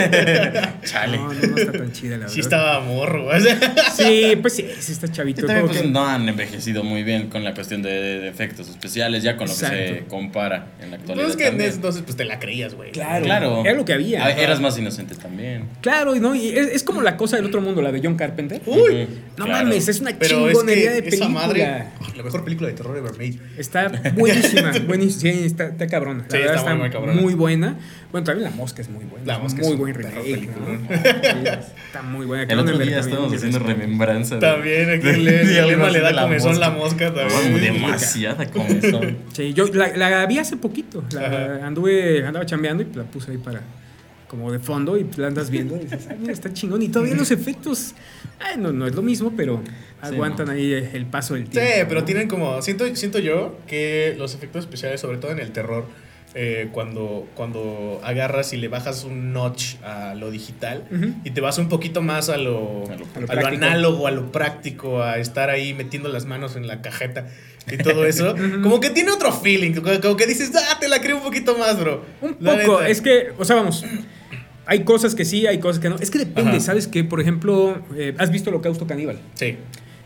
Speaker 4: Chale.
Speaker 3: no, no, no está tan chida, la verdad.
Speaker 2: Sí estaba morro, güey.
Speaker 3: Sí, pues sí, sí está chavito.
Speaker 4: Que también
Speaker 3: como
Speaker 4: pues,
Speaker 3: que-
Speaker 4: no han envejecido muy bien con la cuestión de, de efectos especiales, ya con lo que se
Speaker 3: Exacto.
Speaker 4: compara en la actualidad.
Speaker 2: No es que en
Speaker 4: también.
Speaker 2: ese entonces pues te la creías, güey.
Speaker 3: Claro,
Speaker 4: Claro.
Speaker 3: era lo que había.
Speaker 4: Ah, eras más inocente también.
Speaker 3: Claro, ¿no? Y es, es como la cosa del otro mundo, la de John Carpenter.
Speaker 2: Uy.
Speaker 4: Ujú,
Speaker 3: No
Speaker 4: claro.
Speaker 3: mames, es una
Speaker 2: Pero es
Speaker 3: chingonería
Speaker 2: que
Speaker 3: de
Speaker 2: esa
Speaker 3: película.
Speaker 2: madre, ah, la mejor película de terror ever made.
Speaker 3: Está buenísima, buenísima. Sí, está, está cabrona. La
Speaker 2: Sí,
Speaker 3: verdad
Speaker 2: está muy, muy cabrona.
Speaker 3: muy buena. Bueno, también La Mosca es muy buena.
Speaker 2: La
Speaker 3: es
Speaker 2: Mosca
Speaker 3: muy
Speaker 2: es
Speaker 3: buen
Speaker 2: un perro
Speaker 3: remake,
Speaker 2: peliculón.
Speaker 3: ¿no? Sí, está muy buena.
Speaker 4: El otro
Speaker 3: Cronenberg
Speaker 4: día
Speaker 3: también,
Speaker 4: estábamos
Speaker 3: que
Speaker 4: haciendo
Speaker 3: es-
Speaker 4: remembranza. de-
Speaker 2: También aquí
Speaker 4: de-
Speaker 2: el,
Speaker 4: de
Speaker 2: el
Speaker 4: algo
Speaker 2: Emma
Speaker 4: así
Speaker 2: le
Speaker 4: de
Speaker 2: da
Speaker 4: la
Speaker 2: comezón la
Speaker 4: mosca.
Speaker 2: mosca
Speaker 4: No,
Speaker 2: también.
Speaker 4: demasiada comezón.
Speaker 3: Sí, yo la, la vi hace poquito. La,
Speaker 2: Ajá.
Speaker 3: anduve, andaba chambeando y la puse ahí para como de fondo y la andas viendo y dices, ay, mira, está chingón. Y todavía los efectos, ay, no, no es lo mismo, pero aguantan
Speaker 4: no.
Speaker 3: ahí el paso del
Speaker 2: Sí,
Speaker 3: tiempo.
Speaker 2: pero
Speaker 3: ¿no?
Speaker 2: tienen como. Siento, siento yo que los efectos especiales, sobre todo en el terror, eh, cuando, cuando agarras y le bajas un notch a lo digital
Speaker 3: Ujú.
Speaker 2: y te vas un poquito más a lo,
Speaker 4: A lo-
Speaker 2: a
Speaker 3: a
Speaker 2: lo,
Speaker 3: lo práctico.
Speaker 2: análogo, a lo práctico, a estar ahí metiendo las manos en la cajeta y todo eso, como que tiene otro feeling. Como, como que dices, ah, te la creo un poquito más, bro.
Speaker 3: Un
Speaker 2: La
Speaker 3: poco,
Speaker 2: neta.
Speaker 3: es que, o sea, vamos, hay cosas que sí, hay cosas que no. Es que depende,
Speaker 2: Ajá.
Speaker 3: ¿sabes qué? Por ejemplo, eh, ¿has visto Holocausto Caníbal?
Speaker 2: Sí.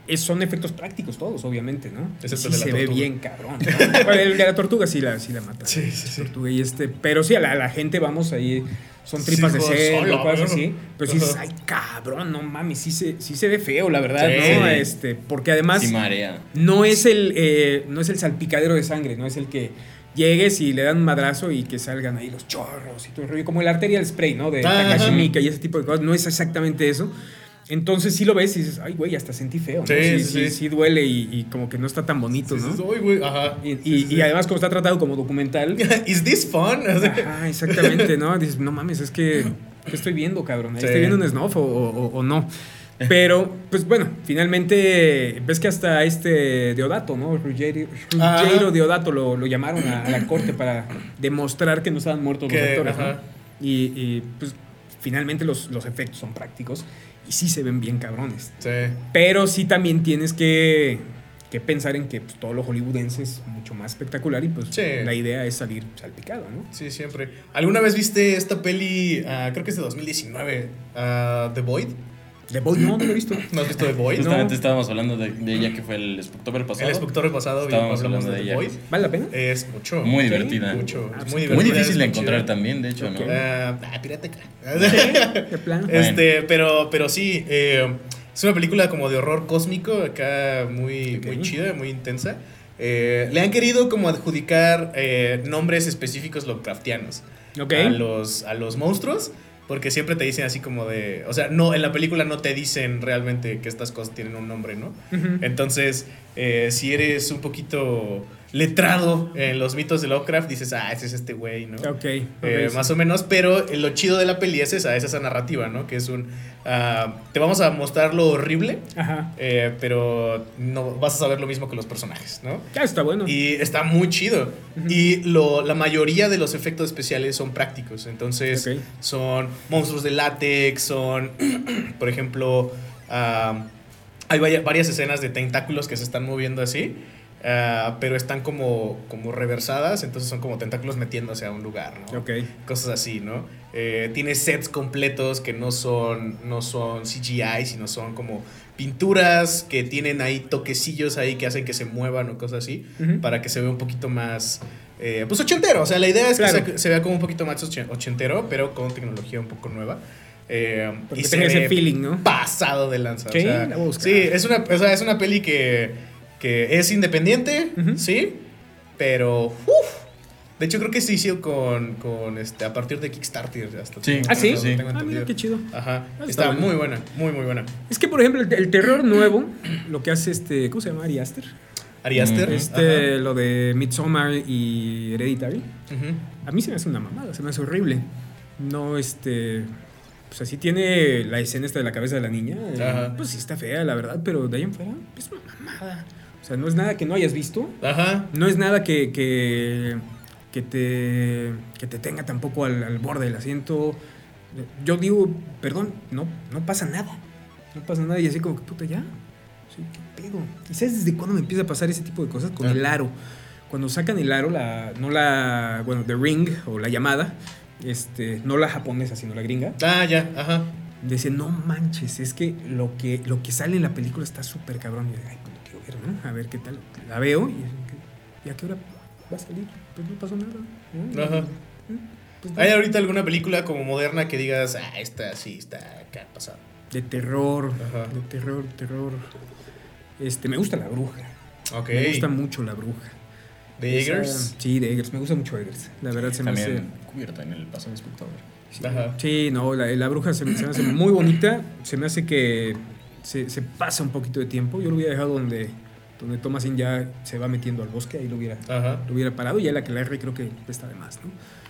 Speaker 3: es, son efectos prácticos todos, obviamente, ¿no?
Speaker 2: Excepto
Speaker 3: sí
Speaker 2: el de la
Speaker 3: se ve
Speaker 2: tortuga.
Speaker 3: bien cabrón, ¿no? Bueno, el de la tortuga sí la, sí la mata.
Speaker 2: Sí, sí, sí.
Speaker 3: Tortuga y este, pero sí, a la, a la gente, vamos, ahí son tripas
Speaker 2: Sí,
Speaker 3: de
Speaker 2: joder,
Speaker 3: cerdo,
Speaker 2: solo,
Speaker 3: cosas
Speaker 2: ¿no?
Speaker 3: así. Pero sí dices,
Speaker 2: Ajá.
Speaker 3: ay, cabrón, no mames, sí se, sí se ve feo, la verdad,
Speaker 2: Sí.
Speaker 3: ¿no? Este, porque además
Speaker 4: Sí marea.
Speaker 3: no es el eh, no es el salpicadero de sangre, no es el que llegues y le dan un madrazo y que salgan ahí los chorros y todo el rollo, como el arterial spray, ¿no? De
Speaker 2: Ajá.
Speaker 3: Takashi Miike y ese tipo de cosas, no es exactamente eso. Entonces sí lo ves y dices, ay, güey, hasta sentí feo, ¿no?
Speaker 2: Sí,
Speaker 3: Sí,
Speaker 2: sí,
Speaker 3: sí,
Speaker 2: sí.
Speaker 3: sí duele y, y como que no está tan bonito,
Speaker 2: Sí,
Speaker 3: ¿no?
Speaker 2: sí, uy, güey, ajá.
Speaker 3: Y, y-
Speaker 2: Sí, sí,
Speaker 3: y además como está tratado como documental,
Speaker 2: ¿Is this fun?
Speaker 3: ajá, exactamente, ¿no? Dices, no mames, es que ¿qué estoy viendo, cabrón?
Speaker 2: Sí.
Speaker 3: ¿Estoy viendo un snuff o, o- o no? Pero, pues bueno, finalmente ves que hasta este Deodato, ¿no? Ruggiero,
Speaker 2: Ajá.
Speaker 3: Ruggiero Deodato lo, lo llamaron a, a la corte para demostrar que no estaban muertos los
Speaker 2: Que,
Speaker 3: actores, ¿no?
Speaker 2: ajá.
Speaker 3: Y, y, pues finalmente los, los efectos son prácticos y sí se ven bien cabrones.
Speaker 2: Sí.
Speaker 3: Pero sí también tienes que, que pensar en que pues, todo lo hollywoodense es mucho más espectacular y pues
Speaker 2: Sí.
Speaker 3: la idea es salir salpicado, ¿no?
Speaker 2: Sí, siempre. ¿Alguna vez viste esta peli, ah, creo que es de dos mil diecinueve, ah, The Void?
Speaker 3: The Boy no, no lo he visto.
Speaker 2: ¿No has visto The Void?
Speaker 4: Justamente
Speaker 3: No.
Speaker 4: estábamos hablando de, de ella que fue el Spectober pasado.
Speaker 2: El Spectober pasado
Speaker 4: Estábamos
Speaker 2: hablamos
Speaker 4: hablando
Speaker 2: de
Speaker 4: de
Speaker 2: The
Speaker 4: ella.
Speaker 2: Void.
Speaker 3: ¿Vale la pena?
Speaker 2: Es mucho.
Speaker 4: Muy
Speaker 2: Sí,
Speaker 4: divertida.
Speaker 2: Mucho.
Speaker 3: Ah,
Speaker 2: Es
Speaker 3: pues,
Speaker 2: muy
Speaker 3: muy
Speaker 2: divertida.
Speaker 4: Muy difícil
Speaker 2: es
Speaker 4: de
Speaker 2: muy
Speaker 4: encontrar
Speaker 2: chida.
Speaker 4: también, de hecho, ¿no?
Speaker 3: Ok.
Speaker 2: Ah, ah, pirateca.
Speaker 3: De plano.
Speaker 4: Bueno.
Speaker 2: Este, pero, pero sí, eh, es una película como de horror cósmico, acá muy,
Speaker 3: Ok.
Speaker 2: muy chida, muy intensa. Eh, le han querido como adjudicar eh, nombres específicos Lovecraftianos
Speaker 3: Ok.
Speaker 2: a, los, a los monstruos, porque siempre te dicen así como de... O sea, no, en la película no te dicen realmente que estas cosas tienen un nombre, ¿no?
Speaker 3: Ujú.
Speaker 2: Entonces, eh, si eres un poquito letrado en los mitos de Lovecraft, dices, ah, ese es este güey, ¿no?
Speaker 3: Ok.
Speaker 2: Eh,
Speaker 3: ok, sí.
Speaker 2: más o menos, pero lo chido de la peli es esa, es esa narrativa, ¿no? Que es un... ah, te vamos a mostrar lo horrible,
Speaker 3: Ajá.
Speaker 2: eh, pero no vas a saber lo mismo que los personajes, ¿no?
Speaker 3: Ya está bueno.
Speaker 2: Y está muy chido. Y lo, la mayoría de los efectos especiales son prácticos. Entonces,
Speaker 3: Ok.
Speaker 2: son monstruos de látex, son, por ejemplo, ah, hay vaya- varias escenas de tentáculos que se están moviendo así. ah, pero están como, como reversadas, entonces son como tentáculos metiéndose a un lugar, ¿no?
Speaker 3: Ok.
Speaker 2: Cosas así, ¿no? Eh, tiene sets completos que no son, no son C G I, sino son como pinturas que tienen ahí toquecillos ahí que hacen que se muevan o cosas así,
Speaker 3: Ujú.
Speaker 2: para que se vea un poquito más, eh, pues ochentero. O sea, la idea es
Speaker 3: Claro.
Speaker 2: que se, se vea como un poquito más ochen- ochentero, pero con tecnología un poco nueva. Eh,
Speaker 3: Porque
Speaker 2: y
Speaker 3: tenga
Speaker 2: se
Speaker 3: ese
Speaker 2: ve
Speaker 3: feeling, ¿no?
Speaker 2: pasado de lanza.
Speaker 3: Sí,
Speaker 2: o sea,
Speaker 3: la voy a buscar.
Speaker 2: sí, es una, o sea, es una peli que, que es independiente,
Speaker 3: Ujú.
Speaker 2: sí, pero uf, de hecho creo que se hizo con, con este, a partir de Kickstarter hasta
Speaker 4: Sí.
Speaker 2: tengo-
Speaker 3: ¿Ah, sí?
Speaker 2: tengo
Speaker 4: Sí.
Speaker 2: entendido.
Speaker 3: Ah, mira, qué chido.
Speaker 2: Ajá,
Speaker 3: Ah,
Speaker 2: está,
Speaker 3: está bueno.
Speaker 2: muy buena, muy muy buena.
Speaker 3: Es que, por ejemplo, el, el terror nuevo, lo que hace este. ¿Cómo se llama? Ari Aster.
Speaker 2: Ari Aster.
Speaker 4: Ujú.
Speaker 3: Este, lo de Midsommar y Hereditary.
Speaker 2: Ajá. Ujú.
Speaker 3: A mí se me hace una mamada, se me hace horrible. No, este. Pues así tiene la escena esta de la cabeza de la niña. eh,
Speaker 2: Ajá.
Speaker 3: Pues sí está fea, la verdad, pero de ahí en fuera es una mamada. O sea, no es nada que no hayas visto.
Speaker 2: Ajá.
Speaker 3: No es nada que, que, que, te, que te tenga tampoco al, al borde del asiento. Yo digo, perdón, no, no pasa nada. No pasa nada y así como que puta ya. Sí, qué pedo. ¿Y sabes desde cuándo me empieza a pasar ese tipo de cosas? Con
Speaker 2: Ah.
Speaker 3: el aro. Cuando sacan el aro, la, no la, bueno, The Ring o la llamada, este, no la japonesa, sino la gringa.
Speaker 2: Ah, ya, ajá.
Speaker 3: Dice, no manches, es que lo que, lo que sale en la película está súper cabrón. Y yo, ay, pues lo quiero ver, ¿no? A ver qué tal. La veo y, ¿y a qué hora va a salir? Pues no pasó nada. ¿no?
Speaker 2: Ajá.
Speaker 3: Pues, no.
Speaker 2: ¿Hay ahorita alguna película como moderna que digas, ah, esta sí está acá pasado?
Speaker 3: De terror,
Speaker 2: Ajá.
Speaker 3: de terror, terror. Este, me gusta La Bruja.
Speaker 2: Ok.
Speaker 3: Me gusta mucho La Bruja.
Speaker 2: ¿De
Speaker 3: Esa-
Speaker 2: Eggers?
Speaker 3: Sí, de Eggers. Me gusta mucho Eggers. La verdad se me hace...
Speaker 4: También cubierta en el pasado de Spectober.
Speaker 3: Sí,
Speaker 2: Ajá.
Speaker 3: sí, no, la, la bruja se me, se me hace muy bonita. Se me hace que se, se pasa un poquito de tiempo. Yo lo hubiera dejado donde, donde Thomasin ya se va metiendo al bosque. Ahí lo hubiera,
Speaker 2: Ajá.
Speaker 3: lo hubiera parado. Y ya la que la R creo que está de más, ¿no?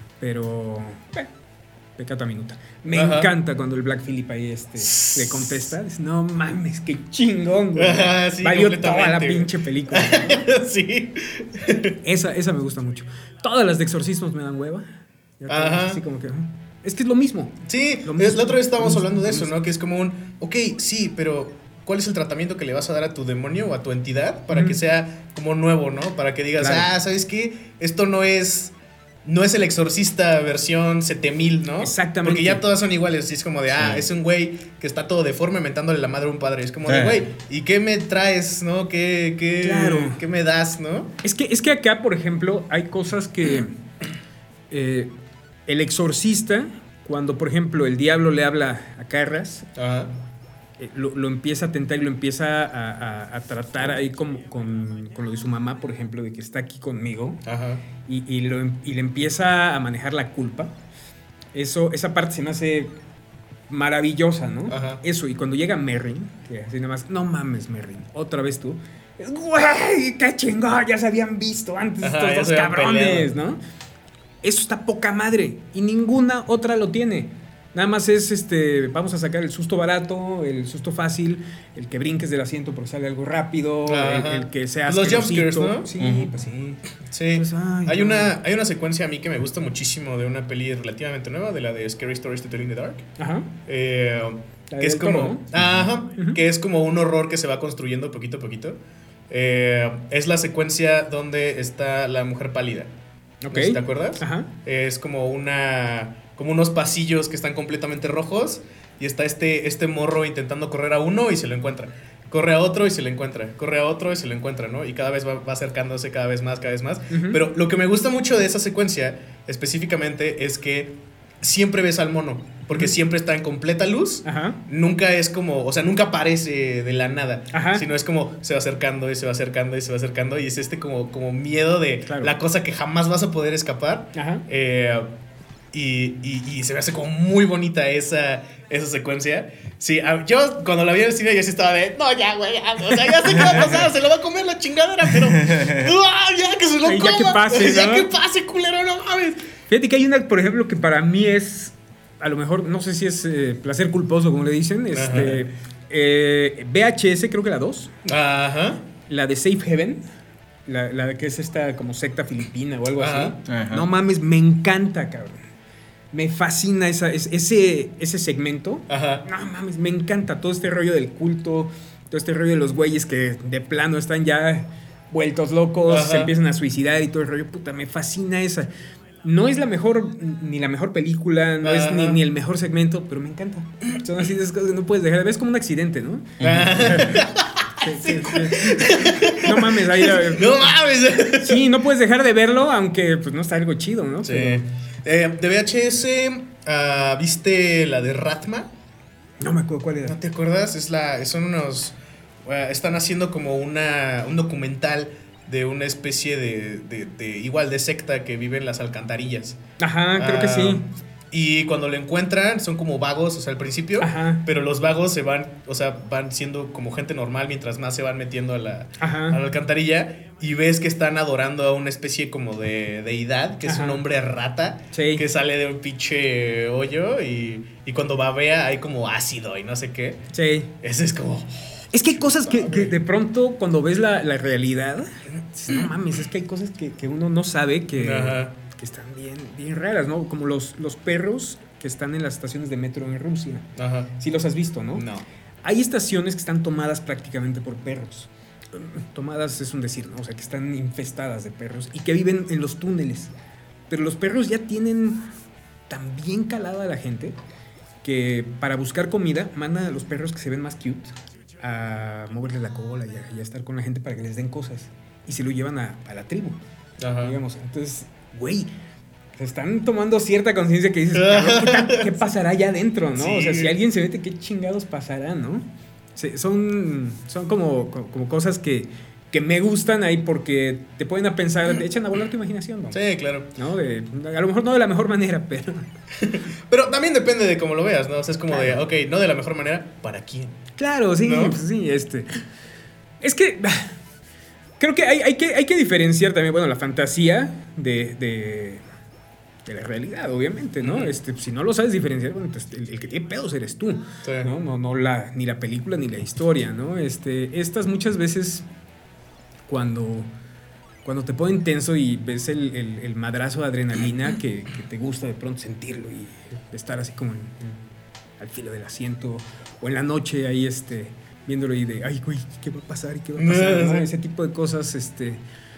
Speaker 3: Pero, eh, pecata minuta. Me
Speaker 2: Ajá.
Speaker 3: encanta cuando el Black Phillip ahí este, le contesta. Dice, no mames, qué chingón, güey.
Speaker 2: Ajá, sí,
Speaker 3: Valió toda la
Speaker 2: completamente, güey.
Speaker 3: pinche película. ¿no?
Speaker 2: Sí.
Speaker 3: Esa, esa me gusta mucho. Todas las de exorcismos me dan hueva. Ya todas,
Speaker 2: Ajá.
Speaker 3: así como que... ah. Es que es lo mismo.
Speaker 2: Sí,
Speaker 3: Lo mismo,
Speaker 2: la otra vez estábamos
Speaker 3: lo mismo,
Speaker 2: hablando de
Speaker 3: lo
Speaker 2: eso,
Speaker 3: mismo.
Speaker 2: ¿no? Que es como un, ok, sí, pero ¿cuál es el tratamiento que le vas a dar a tu demonio o a tu entidad para
Speaker 3: Ujú.
Speaker 2: que sea como nuevo, ¿no? Para que digas,
Speaker 3: Claro.
Speaker 2: ah, ¿sabes qué? Esto no es no es el Exorcista versión siete mil, ¿no?
Speaker 3: Exactamente.
Speaker 2: Porque ya todas son iguales. Y es como de, ah,
Speaker 4: Sí.
Speaker 2: es un güey que está todo deforme mentándole la madre a un padre. Es como de,
Speaker 4: Sí.
Speaker 2: güey, ¿y qué me traes, no? ¿Qué, qué,
Speaker 3: Claro.
Speaker 2: ¿qué me das, no?
Speaker 3: Es que, es que acá, por ejemplo, hay cosas que eh, el exorcista, cuando por ejemplo el diablo le habla a Carras,
Speaker 2: Ajá.
Speaker 3: eh, lo, lo empieza a tentar y lo empieza a, a- a tratar ahí como con, con lo de su mamá, por ejemplo, de que está aquí conmigo,
Speaker 2: Ajá.
Speaker 3: y, y lo- y le empieza a manejar la culpa. Eso, esa parte se me hace maravillosa, ¿no?
Speaker 2: Ajá.
Speaker 3: Eso, y cuando llega Merrin, que así nada más, no mames, Merrin, otra vez tú. es, Güey, qué chingón, ya se habían visto antes
Speaker 2: Ajá,
Speaker 3: estos
Speaker 2: ya
Speaker 3: dos
Speaker 2: se habían
Speaker 3: cabrones,
Speaker 2: peleado.
Speaker 3: ¿no? Eso está poca madre, y ninguna otra lo tiene. Nada más es este, vamos a sacar el susto barato, el susto fácil, el que brinques del asiento porque sale algo rápido, el,
Speaker 2: Ajá.
Speaker 3: el que sea
Speaker 2: Los jumpscares,
Speaker 3: asquerosito.
Speaker 2: ¿no?
Speaker 3: Sí,
Speaker 4: Ujú.
Speaker 3: pues sí.
Speaker 2: Sí.
Speaker 3: Pues, ay,
Speaker 2: hay,
Speaker 3: no.
Speaker 2: una, hay una secuencia a mí que me gusta muchísimo de una peli relativamente nueva, de la de Scary Stories to Tell in the Dark.
Speaker 3: Ajá.
Speaker 2: Eh,
Speaker 3: La
Speaker 2: que es
Speaker 3: del
Speaker 2: como.
Speaker 3: toro, ¿no?
Speaker 2: Ajá.
Speaker 3: Ujú.
Speaker 2: Que es como un horror que se va construyendo poquito a poquito. Eh, es la secuencia donde está la mujer pálida.
Speaker 3: Ok.
Speaker 2: No sé si ¿Te acuerdas?
Speaker 3: Ajá.
Speaker 2: Es como una. Como unos pasillos que están completamente rojos. Y está este, este morro intentando correr a uno y se lo encuentra. Corre a otro y se lo encuentra. Corre a otro y se lo encuentra, ¿no? Y cada vez va, va acercándose cada vez más, cada vez más.
Speaker 3: Ujú.
Speaker 2: Pero lo que me gusta mucho de esa secuencia, específicamente, es que siempre ves al mono. Porque
Speaker 3: Ujú.
Speaker 2: siempre está en completa luz.
Speaker 3: Ajá.
Speaker 2: Nunca es como, o sea, nunca aparece de la nada.
Speaker 3: Ajá.
Speaker 2: Sino es como se va acercando y se va acercando y se va acercando. Y es este como, como miedo de
Speaker 3: Claro.
Speaker 2: la cosa que jamás vas a poder escapar.
Speaker 3: Ajá.
Speaker 2: Eh, y, y, y se me hace como muy bonita esa, esa secuencia. Sí, a- yo cuando la vi en el cine yo sí estaba de, no, ya, güey, ya, o sea, ya sé qué va a pasar, se lo va a comer la chingadera, pero ¡ah, ya que se lo
Speaker 3: Ay,
Speaker 2: coma!
Speaker 3: ya que pase,
Speaker 2: ya
Speaker 3: ¿no?
Speaker 2: que pase, culero, no mames.
Speaker 3: Fíjate que hay una, por ejemplo, que para mí es, a lo mejor, no sé si es eh, placer culposo, como le dicen, este, eh, V H S, creo que la dos,
Speaker 2: Ajá.
Speaker 3: la de Safe Heaven, la, la que es esta como secta filipina o algo
Speaker 2: Ajá.
Speaker 3: así.
Speaker 4: Ajá.
Speaker 3: No mames, me encanta, cabrón. Me fascina esa, es- ese, ese segmento.
Speaker 2: Ajá.
Speaker 3: No mames, me encanta todo este rollo del culto, todo este rollo de los güeyes que de plano están ya vueltos locos,
Speaker 2: Ajá.
Speaker 3: se empiezan a suicidar y todo el rollo. Puta, me fascina esa. No es la mejor, ni la mejor película, no es ni,
Speaker 2: Ajá.
Speaker 3: ni el mejor segmento, pero me encanta. Son así de esas cosas que no puedes dejar de ver. Es como un accidente, ¿no? Sí, sí, sí. No mames, ahí.
Speaker 2: No mames.
Speaker 3: Sí, no puedes dejar de verlo, aunque pues no está algo chido, ¿no?
Speaker 2: Sí.
Speaker 3: Pero
Speaker 2: Eh, de V H S, ah, ¿viste la de Ratma?
Speaker 3: no me acuerdo cuál
Speaker 2: ¿No
Speaker 3: era.
Speaker 2: te acuerdas? Es la, son unos... eh, están haciendo como una, un documental de una especie de, de, de- igual de secta que vive en las alcantarillas.
Speaker 3: Ajá, creo que
Speaker 2: Ah,
Speaker 3: sí.
Speaker 2: Y cuando lo encuentran son como vagos, o sea, al principio.
Speaker 3: Ajá.
Speaker 2: Pero los vagos se van, o sea, van siendo como gente normal mientras más se van metiendo a la,
Speaker 3: Ajá.
Speaker 2: a la alcantarilla. Y ves que están adorando a una especie como de deidad, que es
Speaker 3: Ajá.
Speaker 2: un hombre rata,
Speaker 3: Sí.
Speaker 2: que sale de un pinche hoyo. Y, y cuando babea hay como ácido y no sé qué.
Speaker 3: Sí.
Speaker 2: Ese es como...
Speaker 3: Es que hay cosas que, que de pronto cuando ves la, la realidad, dices, no mames, es que hay cosas que, que uno no sabe que,
Speaker 2: Ajá.
Speaker 3: que están bien, bien raras, ¿no? Como los, los perros que están en las estaciones de metro en Rusia.
Speaker 2: Ajá.
Speaker 3: Sí los has visto, ¿no?
Speaker 2: No.
Speaker 3: Hay estaciones que están tomadas prácticamente por perros. Tomadas es un decir, ¿no? O sea, que están infestadas de perros y que viven en los túneles. Pero los perros ya tienen tan bien calada a la gente que para buscar comida mandan a los perros que se ven más cute a moverle la cola y a, y a estar con la gente para que les den cosas. Y se lo llevan a, a la tribu,
Speaker 2: Ajá.
Speaker 3: digamos. Entonces, güey, se están tomando cierta conciencia que dices, cabrón, ¿qué, tal- qué pasará allá adentro, no?
Speaker 2: Sí.
Speaker 3: O sea, si alguien se mete, ¿qué chingados pasará, no? Se- son, son como, como cosas que, que me gustan ahí porque te ponen a pensar, te echan a volar tu imaginación, ¿no?
Speaker 2: Sí, claro.
Speaker 3: ¿No? De, a lo mejor no de la mejor manera, pero...
Speaker 2: Pero también depende de cómo lo veas, ¿no? O sea, es como
Speaker 3: Claro.
Speaker 2: de, ok, no de la mejor manera, ¿para quién?
Speaker 3: Claro, sí,
Speaker 2: ¿No?
Speaker 3: pues sí, este. Es que creo que hay, hay que hay que diferenciar también, bueno, la fantasía de, de, de la realidad, obviamente, ¿no?
Speaker 2: Ujú.
Speaker 3: Este, si no lo sabes diferenciar, bueno, pues el, el que tiene pedos eres tú,
Speaker 2: Sí.
Speaker 3: ¿no? No, no la, ni la película ni la historia, ¿no? Este, estas muchas veces cuando, cuando te ponen tenso y ves el, el- el madrazo de adrenalina que, que te gusta de pronto sentirlo y estar así como en- en- al filo del asiento o en la noche ahí este viéndolo y de ay güey, ¿qué va a pasar? ¿Y qué va a pasar? ¿no?
Speaker 2: Sí.
Speaker 3: Ese tipo de cosas este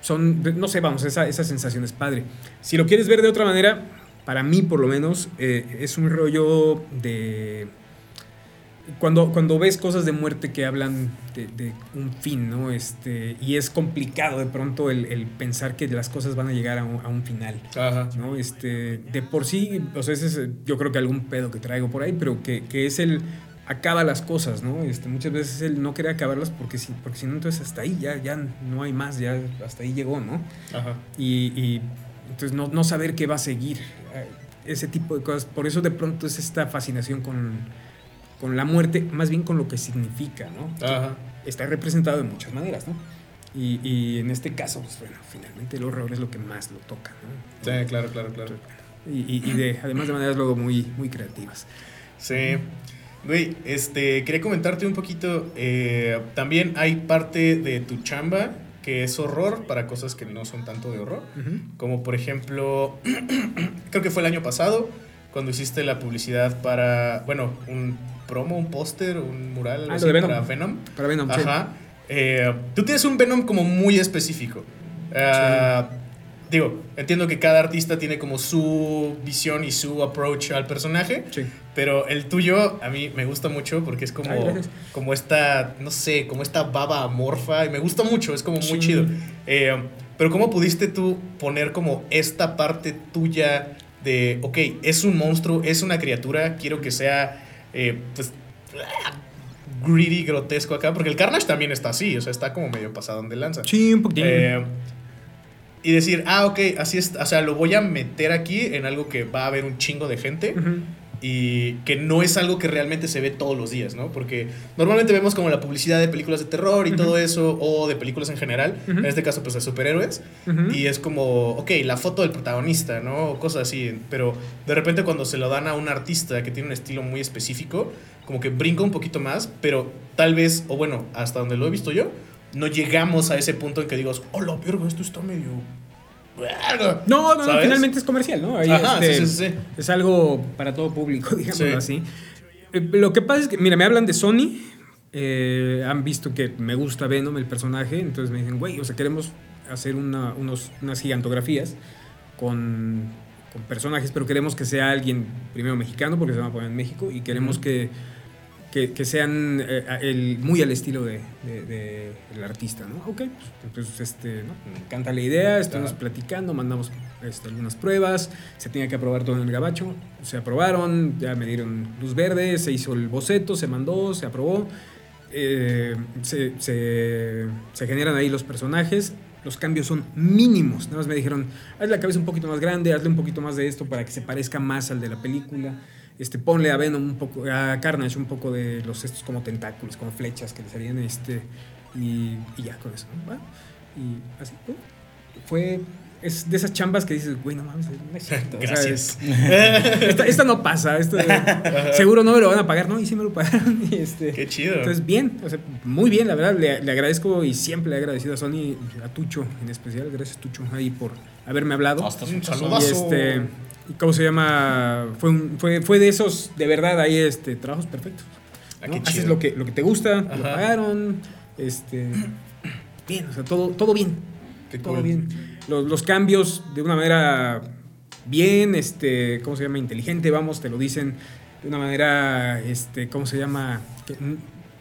Speaker 3: son, no sé, vamos, esa, esa sensación es padre. Si lo quieres ver de otra manera, para mí por lo menos, eh, es un rollo de... Cuando, cuando ves cosas de muerte que hablan de, de un fin, ¿no? Este, y es complicado de pronto el, el pensar que las cosas van a llegar a un, a un final.
Speaker 2: Ajá.
Speaker 3: ¿No? Este, de por sí, o sea, ese es, yo creo que algún pedo que traigo por ahí, pero que, que es el acaba las cosas, ¿no? Este, muchas veces él no quiere acabarlas porque si, porque si no, entonces hasta ahí ya, ya no hay más, ya hasta ahí llegó, ¿no?
Speaker 2: Ajá.
Speaker 3: Y, y entonces no, no saber qué va a seguir, ese tipo de cosas. Por eso de pronto es esta fascinación con... con la muerte, más bien con lo que significa, ¿no?
Speaker 2: Ajá.
Speaker 3: Está representado de muchas maneras, ¿no? Y, y en este caso, pues bueno, finalmente el horror es lo que más lo toca, ¿no?
Speaker 2: Sí, claro, claro, claro.
Speaker 3: Y, y, y de, además de maneras luego muy, muy creativas.
Speaker 2: Sí. Güey, este, quería comentarte un poquito, eh, también hay parte de tu chamba que es horror para cosas que no son tanto de horror,
Speaker 3: Uh-huh.
Speaker 2: como por ejemplo, creo que fue el año pasado, cuando hiciste la publicidad para, bueno, un promo, un póster, un mural, algo
Speaker 3: Ah,
Speaker 2: así,
Speaker 3: lo de Venom.
Speaker 2: para Venom.
Speaker 3: Para Venom, sí.
Speaker 2: Ajá. Eh, tú tienes un Venom como muy específico. Uh, digo, entiendo que cada artista tiene como su visión y su approach al personaje,
Speaker 3: Sí.
Speaker 2: pero el tuyo a mí me gusta mucho porque es como,
Speaker 3: Ay, gracias.
Speaker 2: como esta, no sé, como esta baba amorfa y me gusta mucho, es como muy
Speaker 3: Sí.
Speaker 2: chido. Eh, pero ¿cómo pudiste tú poner como esta parte tuya de, ok, es un monstruo, es una criatura, quiero que sea, eh, pues, greedy, grotesco acá? Porque el Carnage también está así, o sea, está como medio pasado de lanza.
Speaker 3: Sí, un poquitín.
Speaker 2: Eh, y decir, ah, ok, así es, o sea, lo voy a meter aquí en algo que va a haber un chingo de gente.
Speaker 3: Uh-huh.
Speaker 2: Y que no es algo que realmente se ve todos los días, ¿no? Porque normalmente vemos como la publicidad de películas de terror y
Speaker 3: Uh-huh.
Speaker 2: todo eso, o de películas en general,
Speaker 3: Uh-huh.
Speaker 2: en este caso pues de superhéroes,
Speaker 3: Uh-huh.
Speaker 2: y es como, ok, la foto del protagonista, ¿no? O cosas así, pero de repente cuando se lo dan a un artista que tiene un estilo muy específico, como que brinca un poquito más, pero tal vez, o bueno, hasta donde lo he visto yo, no llegamos a ese punto en que digas, oh, la verga, esto está medio...
Speaker 3: No, no, no,
Speaker 2: ¿sabes?
Speaker 3: finalmente es comercial, ¿no? Ahí,
Speaker 2: Ajá,
Speaker 3: este,
Speaker 2: sí, sí, sí.
Speaker 3: Es algo para todo público, digámoslo
Speaker 2: Sí.
Speaker 3: así. Eh, Lo que pasa es que, mira, me hablan de Sony, eh, han visto que me gusta Venom, el personaje, entonces me dicen, güey, o sea, queremos hacer una, unos, unas gigantografías con, con personajes, pero queremos que sea alguien, primero mexicano, porque se van a poner en México, y queremos
Speaker 2: Ujú.
Speaker 3: que, que, que sean eh, el, muy al estilo de, de, de el artista, ¿no? Ok, pues, entonces este, ¿no? Me encanta la idea, estuvimos
Speaker 2: Ajá.
Speaker 3: platicando, mandamos este, algunas pruebas, se tenía que aprobar todo en el gabacho, se aprobaron, ya me dieron luz verde, se hizo el boceto, se mandó, se aprobó, eh, se, se, se generan ahí los personajes. Los cambios son mínimos. Nada más me dijeron, haz la cabeza un poquito más grande, hazle un poquito más de esto para que se parezca más al de la película. Este, ponle a Venom un poco, a Carnage un poco de los estos como tentáculos, como flechas que le salían, este, y, y ya con eso, ¿no? Bueno, y así, uh, fue, es de esas chambas que dices, güey, no mames, no es cierto.
Speaker 2: Gracias.
Speaker 3: O sea, es- esta, esta no pasa, esto, seguro no me lo van a pagar, no, y sí me lo pagaron. Y este,
Speaker 2: Qué chido.
Speaker 3: entonces, bien, o sea, muy bien, la verdad, le, le agradezco y siempre le he agradecido a Sony, a Tucho en especial, gracias Tucho ahí por haberme hablado.
Speaker 4: Hasta
Speaker 2: Un
Speaker 4: su
Speaker 3: Y
Speaker 2: saludazo.
Speaker 3: este, ¿y ¿cómo se llama? Fue, un- fue, fue de esos, de verdad, ahí este, trabajos perfectos.
Speaker 2: Ah,
Speaker 3: ¿no?
Speaker 2: qué
Speaker 3: Haces
Speaker 2: chido.
Speaker 3: lo que, lo que te gusta, te lo
Speaker 2: Ajá.
Speaker 3: pagaron, este, bien, o sea, todo, todo bien,
Speaker 2: Qué
Speaker 3: todo
Speaker 2: cool.
Speaker 3: bien. Los, los cambios de una manera bien, este, ¿cómo se llama? Inteligente, vamos, te lo dicen de una manera, este, ¿cómo se llama? Que, mm,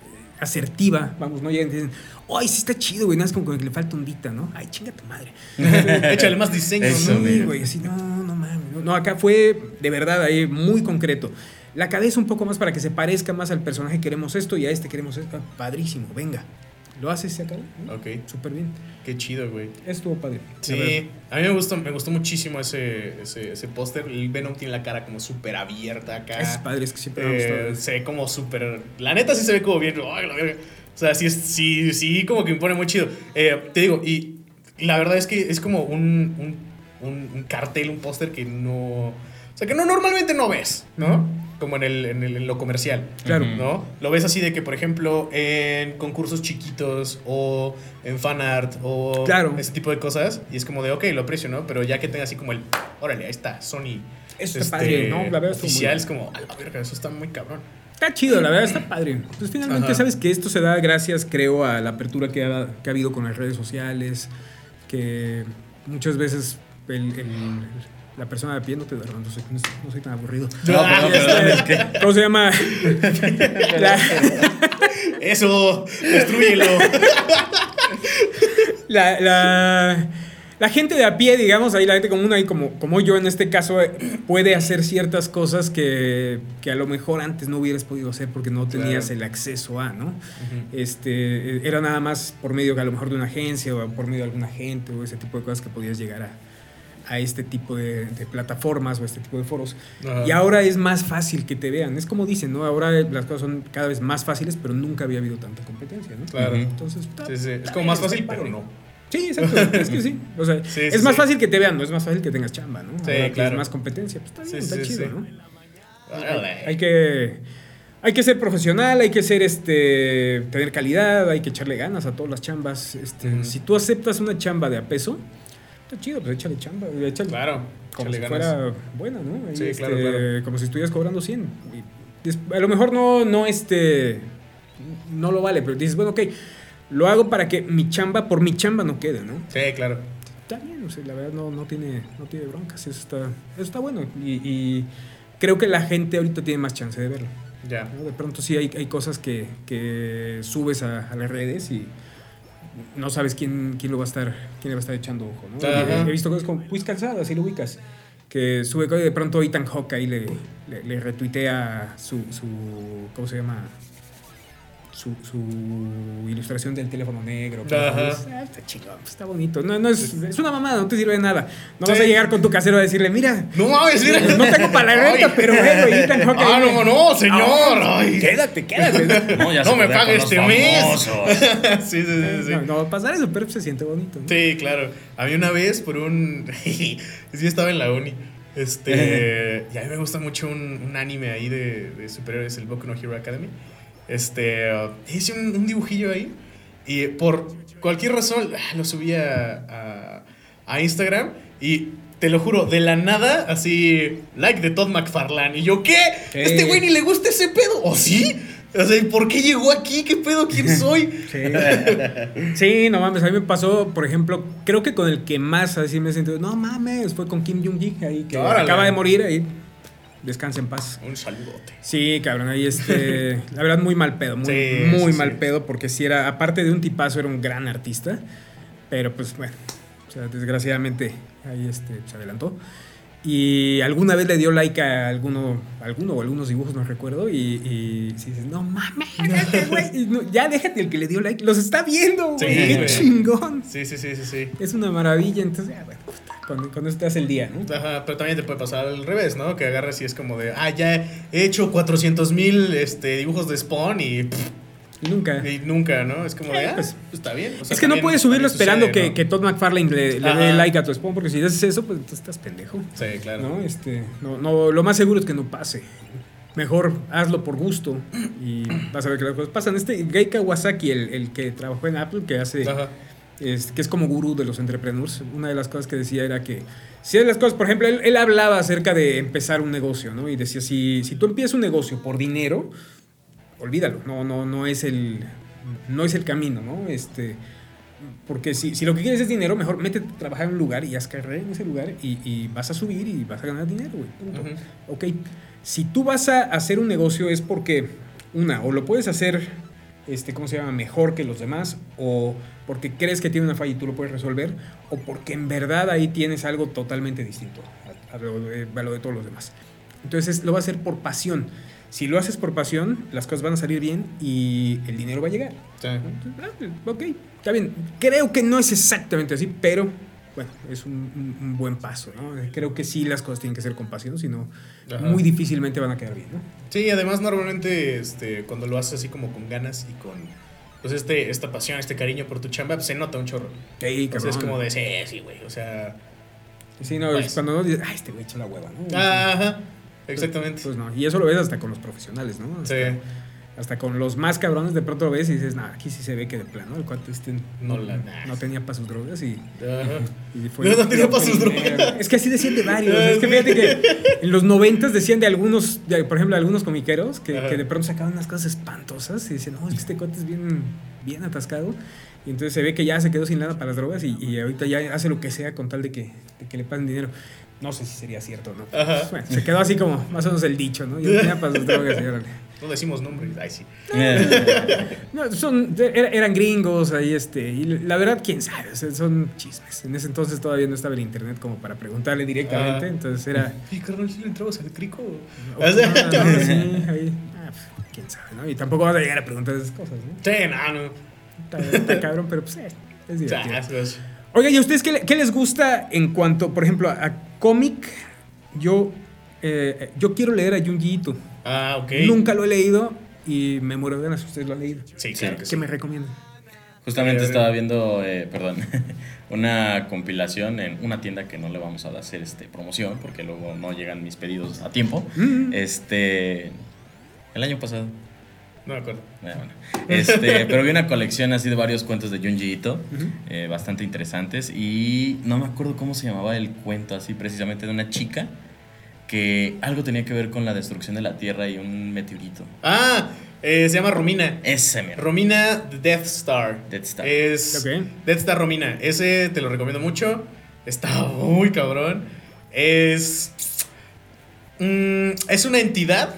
Speaker 3: asertiva, vamos, no llegan y te dicen, ¡ay, sí está chido, güey! Nada, es como que le falta ondita, ¿no? ¡Ay, chinga tu madre!
Speaker 2: Échale más diseño,
Speaker 4: Eso,
Speaker 2: ¿no?
Speaker 3: Sí,
Speaker 4: mira.
Speaker 3: güey, así, no, no mames. No, no, acá fue de verdad ahí muy concreto. La cabeza un poco más para que se parezca más al personaje, queremos esto y a este queremos esto. Ah, padrísimo, venga. Lo haces, se acabó. ¿no?
Speaker 2: Ok,
Speaker 3: Súper bien.
Speaker 2: qué chido, güey.
Speaker 3: Estuvo padre. la
Speaker 2: Sí,
Speaker 3: verdad.
Speaker 2: a mí me gustó, me gustó muchísimo ese, ese, ese póster. El Venom tiene la cara como súper abierta acá.
Speaker 3: Es padre, es que siempre me ha
Speaker 2: Eh,
Speaker 3: gustado.
Speaker 2: se ve como súper... La neta sí se ve como bien... Ay, la verga. O sea, sí, es- sí, sí, como que impone muy chido. Eh, te digo, y la verdad es que es como un, un, un, un cartel, un póster que no... O sea, que no normalmente no ves, ¿no? Como en, el, en, el, en lo comercial.
Speaker 3: Claro.
Speaker 4: Ujú.
Speaker 2: ¿No? Lo ves así de que, por ejemplo, en concursos chiquitos o en fanart o
Speaker 3: Claro.
Speaker 2: ese tipo de cosas. Y es como de, ok, lo aprecio, ¿no? Pero ya que tenga así como el, órale, ahí está, Sony.
Speaker 3: Eso está padre, ¿no? La verdad estuvo muy
Speaker 2: oficial,
Speaker 3: bien.
Speaker 2: es como, a la verga, eso está muy cabrón.
Speaker 3: Está chido, la verdad, está padre. Pues finalmente
Speaker 2: Ajá.
Speaker 3: sabes que esto se da gracias, creo, a la apertura que ha, que ha habido con las redes sociales, que muchas veces el, el, la persona de pie no te da, no soy, no soy tan aburrido.
Speaker 4: No, perdón, perdón, es que...
Speaker 3: ¿Cómo se llama? La,
Speaker 2: Eso, destrúyelo.
Speaker 3: la, la, la gente de a pie, digamos, ahí la gente común, ahí como, como yo en este caso, puede hacer ciertas cosas que, que a lo mejor antes no hubieras podido hacer porque no tenías
Speaker 2: Claro.
Speaker 3: el acceso a, ¿no?
Speaker 2: Uh-huh.
Speaker 3: Este, era nada más por medio a lo mejor de una agencia o por medio de algún agente o ese tipo de cosas que podías llegar a, a este tipo de, de plataformas o este tipo de foros.
Speaker 2: Ajá.
Speaker 3: Y ahora es más fácil que te vean. Es como dicen, ¿no? Ahora las cosas son cada vez más fáciles, pero nunca había habido tanta competencia, ¿no?
Speaker 2: Claro.
Speaker 3: Entonces, está-
Speaker 2: Sí, sí. Es
Speaker 3: está
Speaker 2: como
Speaker 3: bien,
Speaker 2: más
Speaker 3: está
Speaker 2: fácil,
Speaker 3: padre.
Speaker 2: pero no.
Speaker 3: Sí, exacto. Es que sí. O sea,
Speaker 2: Sí,
Speaker 3: es
Speaker 2: sí,
Speaker 3: más
Speaker 2: sí.
Speaker 3: fácil que te vean, no es más fácil que tengas chamba, ¿no?
Speaker 2: Sí,
Speaker 3: Ahora que
Speaker 2: claro.
Speaker 3: es más competencia. Pues está bien,
Speaker 2: Sí,
Speaker 3: está
Speaker 2: sí,
Speaker 3: chido,
Speaker 2: sí.
Speaker 3: ¿no?
Speaker 2: Órale.
Speaker 3: Hay que, hay que ser profesional, hay que ser este, tener calidad, hay que echarle ganas a todas las chambas. Este,
Speaker 2: Ujú.
Speaker 3: Si tú aceptas una chamba de a peso, está chido, pues échale chamba, échale.
Speaker 2: Claro.
Speaker 3: Como
Speaker 2: échale
Speaker 3: si
Speaker 2: ganas.
Speaker 3: fuera buena, ¿no? Ahí,
Speaker 2: Sí,
Speaker 3: este,
Speaker 2: claro, claro.
Speaker 3: Como si estuvieras cobrando cien. Y des- a lo mejor no, no, este, no lo vale, pero dices, bueno, ok, lo hago para que mi chamba, por mi chamba no quede, ¿no?
Speaker 2: Sí, claro.
Speaker 3: Está bien, o sea, la verdad no, no, tiene, no tiene broncas, eso está, eso está bueno. Y, y creo que la gente ahorita tiene más chance de verlo,
Speaker 2: Ya.
Speaker 3: ¿no? De pronto sí hay, hay cosas que, que subes a, a las redes y no sabes quién, quién lo va a estar, quién le va a estar echando ojo, ¿no?
Speaker 2: Ajá.
Speaker 3: He, he visto cosas como Luis Calzada, si lo ubicas, que sube cosas y de pronto Ethan Hawke ahí le, le, le retuitea su, su, ¿cómo se llama? Su, su ilustración del teléfono negro.
Speaker 2: Ajá.
Speaker 3: Pues, ah, está chingón, pues, está bonito. No, no es, es una mamada, no te sirve de nada. No
Speaker 2: Sí.
Speaker 3: vas a llegar con tu casero a decirle, mira,
Speaker 2: No mames, mira.
Speaker 3: no tengo para la renta,
Speaker 2: Ay.
Speaker 3: pero bueno, Ethan Hawke.
Speaker 2: Ah,
Speaker 3: ahí
Speaker 2: no,
Speaker 3: me-
Speaker 2: no, señor.
Speaker 3: Ah,
Speaker 2: Ay.
Speaker 3: Quédate, quédate.
Speaker 4: No, ya
Speaker 2: No
Speaker 4: se
Speaker 2: me
Speaker 4: pelea
Speaker 2: pague
Speaker 4: con los
Speaker 2: este mes.
Speaker 4: famosos.
Speaker 2: Sí, sí, sí, sí.
Speaker 3: No, no va a pasar eso, pero se siente bonito, ¿no?
Speaker 2: Sí, claro. A mí una vez por un... sí, estaba en la uni. Este... y a mí me gusta mucho un, un anime ahí de, de superhéroes, el Boku no Hero Academy. Este... uh, hice un, un dibujillo ahí. Y por cualquier razón ah, lo subí a, a, a Instagram. Y te lo juro, de la nada, así... like de Todd McFarlane. Y yo, ¿qué?
Speaker 3: Sí.
Speaker 2: ¿Este güey ni le gusta ese pedo? ¿O sí? O sea, ¿por qué llegó aquí? ¿Qué pedo? ¿Quién soy?
Speaker 3: Sí. Sí, no mames, a mí me pasó, por ejemplo, creo que con el que más así me he sentido, no mames, fue con Kim Jong-gi, ahí que
Speaker 2: Órale.
Speaker 3: acaba de morir, ahí descansa en paz.
Speaker 2: Un saludote.
Speaker 3: Sí, cabrón, ahí este, la verdad muy mal pedo, muy,
Speaker 2: Sí,
Speaker 3: muy
Speaker 2: sí,
Speaker 3: mal
Speaker 2: sí.
Speaker 3: pedo, porque si era, aparte de un tipazo, era un gran artista, pero pues bueno, o sea, desgraciadamente ahí este, se adelantó. Y alguna vez le dio like a alguno, alguno o algunos dibujos, no recuerdo, y, y sí dices, no mames, este güey, y no, ya déjate el que le dio like, los está viendo, güey,
Speaker 2: Sí,
Speaker 3: qué
Speaker 2: güey.
Speaker 3: chingón.
Speaker 2: Sí, sí, sí, sí, sí.
Speaker 3: Es una maravilla, entonces, ya, bueno, puta, con, con eso te hace el día, ¿no?
Speaker 2: Ajá, pero también te puede pasar al revés, ¿no? Que agarras y es como de, ah, ya he hecho cuatrocientos mil este, dibujos de Spawn y, pff,
Speaker 3: Y nunca.
Speaker 2: y nunca, ¿no? Es como de, ah,
Speaker 3: Pues,
Speaker 2: pues está bien. O sea,
Speaker 3: Es que no
Speaker 2: también-
Speaker 3: puedes subirlo
Speaker 2: también
Speaker 3: esperando
Speaker 2: sucede,
Speaker 3: que,
Speaker 2: ¿no?
Speaker 3: que Todd McFarlane le, le
Speaker 2: Ajá.
Speaker 3: dé like a tu Spawn, porque si haces eso, pues entonces estás pendejo.
Speaker 2: Sí, claro.
Speaker 3: ¿No? Este, no, no, lo más seguro es que no pase. Mejor hazlo por gusto y vas a ver que las cosas pasan. Este Gai Kawasaki, el, el que trabajó en Apple, que hace,
Speaker 2: Ajá.
Speaker 3: es, que es como gurú de los entrepreneurs, una de las cosas que decía era que si de las cosas, por ejemplo, él, él hablaba acerca de empezar un negocio, ¿no? Y decía, si, si tú empiezas un negocio por dinero, olvídalo, no, no, no es el, no es el camino, ¿no? Este, porque si, si lo que quieres es dinero, mejor métete a trabajar en un lugar y haz carrera en ese lugar y, y vas a subir y vas a ganar dinero, güey. Punto.
Speaker 2: Ujú.
Speaker 3: Ok, si tú vas a hacer un negocio es porque, una, o lo puedes hacer, este, ¿cómo se llama? Mejor que los demás, o porque crees que tiene una falla y tú lo puedes resolver, o porque en verdad ahí tienes algo totalmente distinto a, a lo, de, a lo de todos los demás. Entonces lo vas a hacer por pasión. Si lo haces por pasión, las cosas van a salir bien y el dinero va a llegar.
Speaker 2: Sí.
Speaker 3: Entonces, ah, ok, está bien. Creo que no es exactamente así, pero bueno, es un, un- un buen paso, ¿no? Creo que sí las cosas tienen que ser con pasión, si no,
Speaker 2: Ajá.
Speaker 3: muy difícilmente van a quedar bien, ¿no?
Speaker 2: Sí, además normalmente este, cuando lo haces así como con ganas y con pues este, esta pasión, este cariño por tu chamba, pues se nota un chorro.
Speaker 3: Ey,
Speaker 2: O sea, es
Speaker 3: cabrón.
Speaker 2: como de, sí, sí, güey, o sea...
Speaker 3: Sí, no,
Speaker 2: Pues.
Speaker 3: es cuando no dices, ay, este güey echa la hueva, ¿no?
Speaker 2: Ajá, exactamente.
Speaker 3: Pues no, y eso lo ves hasta con los profesionales, ¿no? Hasta,
Speaker 2: Sí.
Speaker 3: hasta con los más cabrones de pronto lo ves y dices, nah, aquí sí se ve que de plano el cuate este
Speaker 2: No
Speaker 3: no,
Speaker 2: la-
Speaker 3: no tenía para sus drogas y...
Speaker 2: Ajá.
Speaker 3: y fue
Speaker 2: No, no tenía
Speaker 3: lo
Speaker 2: pa' sus
Speaker 3: primero.
Speaker 2: drogas.
Speaker 3: Es que así decían de varios. Es que fíjate que en los noventas decían de algunos, de, por ejemplo, de algunos comiqueros que,
Speaker 2: Ajá.
Speaker 3: que de pronto sacaban unas cosas espantosas y decían, no, es que este cuate es bien, bien atascado. Y entonces se ve que ya se quedó sin lana para las drogas y, y ahorita ya hace lo que sea con tal de que, de que le paguen dinero. No sé si sería cierto o no.
Speaker 2: Ajá.
Speaker 3: Bueno, se quedó así como más o menos el dicho, ¿no? Yo tenía para sus drogas y órale.
Speaker 2: No decimos nombres. Ay, sí.
Speaker 3: No, son, er- eran gringos ahí, este, y la verdad, quién sabe, o sea, son chismes. En ese entonces todavía no estaba el internet como para preguntarle directamente,
Speaker 2: Ah.
Speaker 3: entonces era...
Speaker 2: ¿Y carnal, si le entrabas al crico?
Speaker 3: No, no, no, sí, ahí, ah, pues, quién sabe, ¿no? Y tampoco vas a llegar a preguntar esas cosas, ¿no?
Speaker 2: Sí, no, no.
Speaker 3: Está, está cabrón, pero pues eh, es divertido.
Speaker 2: Chascos.
Speaker 3: Oiga, ¿y a ustedes qué, le- qué les gusta en cuanto, por ejemplo, a, a cómic? Yo, eh, yo quiero leer a Junji Ito.
Speaker 2: Ah, ok.
Speaker 3: Nunca lo he leído y me muero de ganas si ustedes lo han leído.
Speaker 2: Sí, claro que
Speaker 3: ¿Qué
Speaker 2: sí.
Speaker 3: me recomiendan?
Speaker 4: Justamente
Speaker 2: Eh,
Speaker 4: estaba viendo, eh, perdón, una compilación en una tienda que no le vamos a hacer este, promoción porque luego no llegan mis pedidos a tiempo.
Speaker 3: Mm.
Speaker 4: Este, el año pasado.
Speaker 2: No me acuerdo.
Speaker 4: Eh, bueno. Este, pero vi una colección así de varios cuentos de Junji Ito,
Speaker 3: Ujú.
Speaker 4: eh, bastante interesantes, y no me acuerdo cómo se llamaba el cuento así precisamente de una chica que algo tenía que ver con la destrucción de la Tierra y un meteorito.
Speaker 2: Ah, eh, se llama Romina.
Speaker 4: Ese mero.
Speaker 2: Romina the Death Star.
Speaker 4: Death Star.
Speaker 2: Es
Speaker 3: Ok.
Speaker 2: Death Star Romina. Ese te lo recomiendo mucho. Está muy cabrón. Es. mm, es una entidad.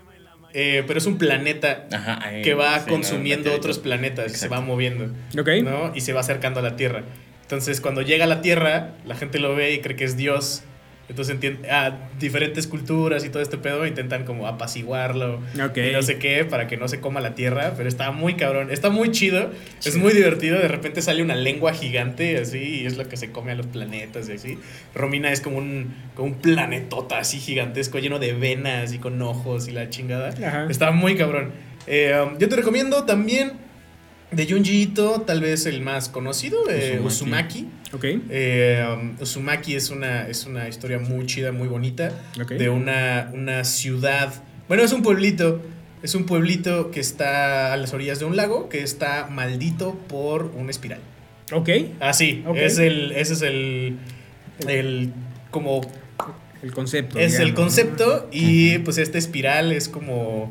Speaker 2: eh, pero es un planeta
Speaker 4: Ajá, eh,
Speaker 2: que va
Speaker 4: sí, no,
Speaker 2: consumiendo
Speaker 4: meteorito.
Speaker 2: otros planetas. Se
Speaker 4: Exacto.
Speaker 2: va moviendo.
Speaker 3: Ok.
Speaker 2: ¿No? Y se va acercando a la Tierra. Entonces, cuando llega a la Tierra, la gente lo ve y cree que es Dios. Entonces, entiende, ah, diferentes culturas y todo este pedo intentan como apaciguarlo
Speaker 3: Ok.
Speaker 2: y no sé qué para que no se coma la Tierra. Pero está muy cabrón, está muy chido, es muy divertido. De repente sale una lengua gigante así y es lo que se come a los planetas y así. Romina es como un, como un planetota así gigantesco, lleno de venas y con ojos y la chingada.
Speaker 3: Ajá.
Speaker 2: Está muy cabrón. Eh, um, yo te recomiendo también de Junji Ito, tal vez el más conocido, eh,
Speaker 4: Uzumaki.
Speaker 2: Uzumaki.
Speaker 3: Ok.
Speaker 2: Eh, um, Uzumaki es una, es una historia muy chida, muy bonita,
Speaker 3: Ok.
Speaker 2: de una, una ciudad, bueno, es un pueblito, es un pueblito que está a las orillas de un lago, que está maldito por una espiral.
Speaker 3: Ok.
Speaker 2: Así,
Speaker 3: Ok.
Speaker 2: es el, ese es el, el, como,
Speaker 3: El concepto.
Speaker 2: es el
Speaker 3: digamos,
Speaker 2: concepto y pues esta espiral es como...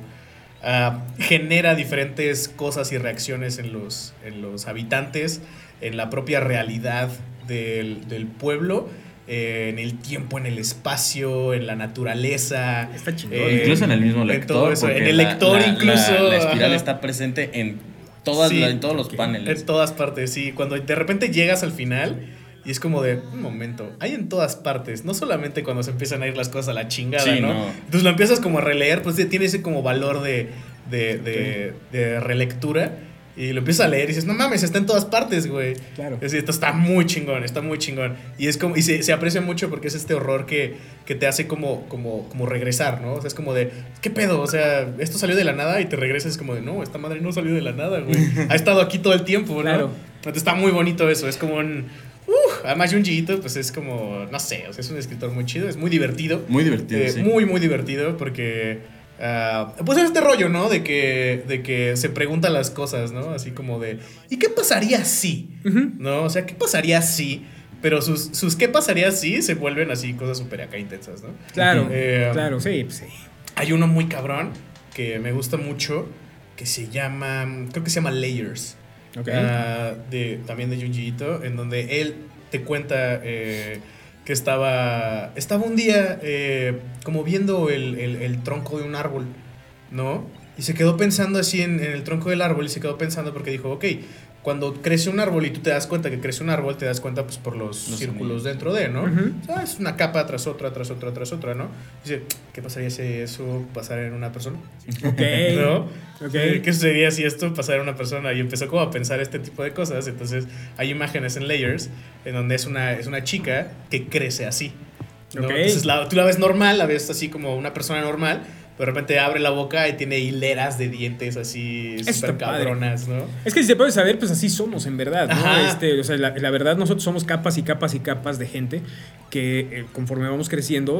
Speaker 2: ah, genera diferentes cosas y reacciones en los, en los habitantes, en la propia realidad del, del pueblo, eh, en el tiempo, en el espacio, en la naturaleza.
Speaker 3: Está chingón.
Speaker 2: eh,
Speaker 4: Incluso en el mismo
Speaker 2: en
Speaker 4: lector.
Speaker 2: todo eso,
Speaker 4: porque
Speaker 2: en el
Speaker 4: la-
Speaker 2: lector
Speaker 4: la-
Speaker 2: incluso,
Speaker 4: La, la espiral
Speaker 2: ajá.
Speaker 4: está presente en, todas
Speaker 2: Sí.
Speaker 4: la- en todos los
Speaker 3: Ok.
Speaker 4: paneles.
Speaker 2: En todas partes, sí. Cuando de repente llegas al final y es como de, un momento, hay en todas partes, no solamente cuando se empiezan a ir las cosas a la chingada,
Speaker 4: Sí,
Speaker 2: ¿no?
Speaker 4: no.
Speaker 2: Entonces lo empiezas como a releer, pues tiene ese como valor de, de, de, de relectura y lo empiezas a leer y dices, no mames, está en todas partes, güey.
Speaker 3: Claro.
Speaker 2: Es decir, esto está muy chingón, está muy chingón. Y es como, y se, se aprecia mucho porque es este horror que, que te hace como, como, como regresar, ¿no? O sea, es como de, ¿qué pedo? O sea, esto salió de la nada y te regresas como de, no, esta madre no salió de la nada, güey. Ha estado aquí todo el tiempo, ¿no?
Speaker 3: Claro.
Speaker 2: Entonces está muy bonito eso, es como un... Uh, además Junji Ito, pues es como, no sé, o sea, es un escritor muy chido, es muy divertido.
Speaker 4: Muy divertido,
Speaker 2: Eh,
Speaker 4: sí.
Speaker 2: Muy, muy divertido porque... ah, pues es este rollo, ¿no? De que, de que se pregunta las cosas, ¿no? Así como de, ¿y qué pasaría si?
Speaker 3: Ujú.
Speaker 2: ¿No? O sea, ¿qué pasaría si? Pero sus, sus ¿qué pasaría si? Se vuelven así cosas súper acá intensas, ¿no?
Speaker 3: Claro.
Speaker 2: Eh,
Speaker 3: Claro, sí, pues sí.
Speaker 2: Hay uno muy cabrón que me gusta mucho que se llama, creo que se llama Layers.
Speaker 3: Ok.
Speaker 2: Ah, de, también de Junji Ito, en donde él te cuenta eh, que estaba, estaba un día eh, como viendo el, el- el tronco de un árbol, ¿no? Y se quedó pensando así en, en el tronco del árbol y se quedó pensando porque dijo, ok, cuando crece un árbol y tú te das cuenta que crece un árbol, te das cuenta pues por los,
Speaker 4: Los
Speaker 2: círculos
Speaker 4: anillos.
Speaker 2: dentro de, ¿no?
Speaker 3: Ujú.
Speaker 2: O sea, es una capa tras otra, tras otra, tras otra, ¿no? Dice, ¿qué pasaría si eso pasara en una persona?
Speaker 3: Ok.
Speaker 2: ¿No?
Speaker 3: Ok.
Speaker 2: Eh, ¿Qué sucedería si esto pasara a una persona? Y empezó como a pensar este tipo de cosas. Entonces hay imágenes en Layers en donde es una, es una chica que crece así, ¿no?
Speaker 3: Ok.
Speaker 2: Entonces la- tú la ves normal, la ves así como una persona normal, pero de repente abre la boca y tiene hileras de dientes así
Speaker 3: Eso
Speaker 2: súper
Speaker 3: está padre.
Speaker 2: cabronas, ¿no?
Speaker 3: Es que si se puede saber, pues así somos en verdad, ¿no?
Speaker 2: Ajá.
Speaker 3: Este, o sea, la, la verdad, nosotros somos capas y capas y capas de gente que eh, conforme vamos creciendo,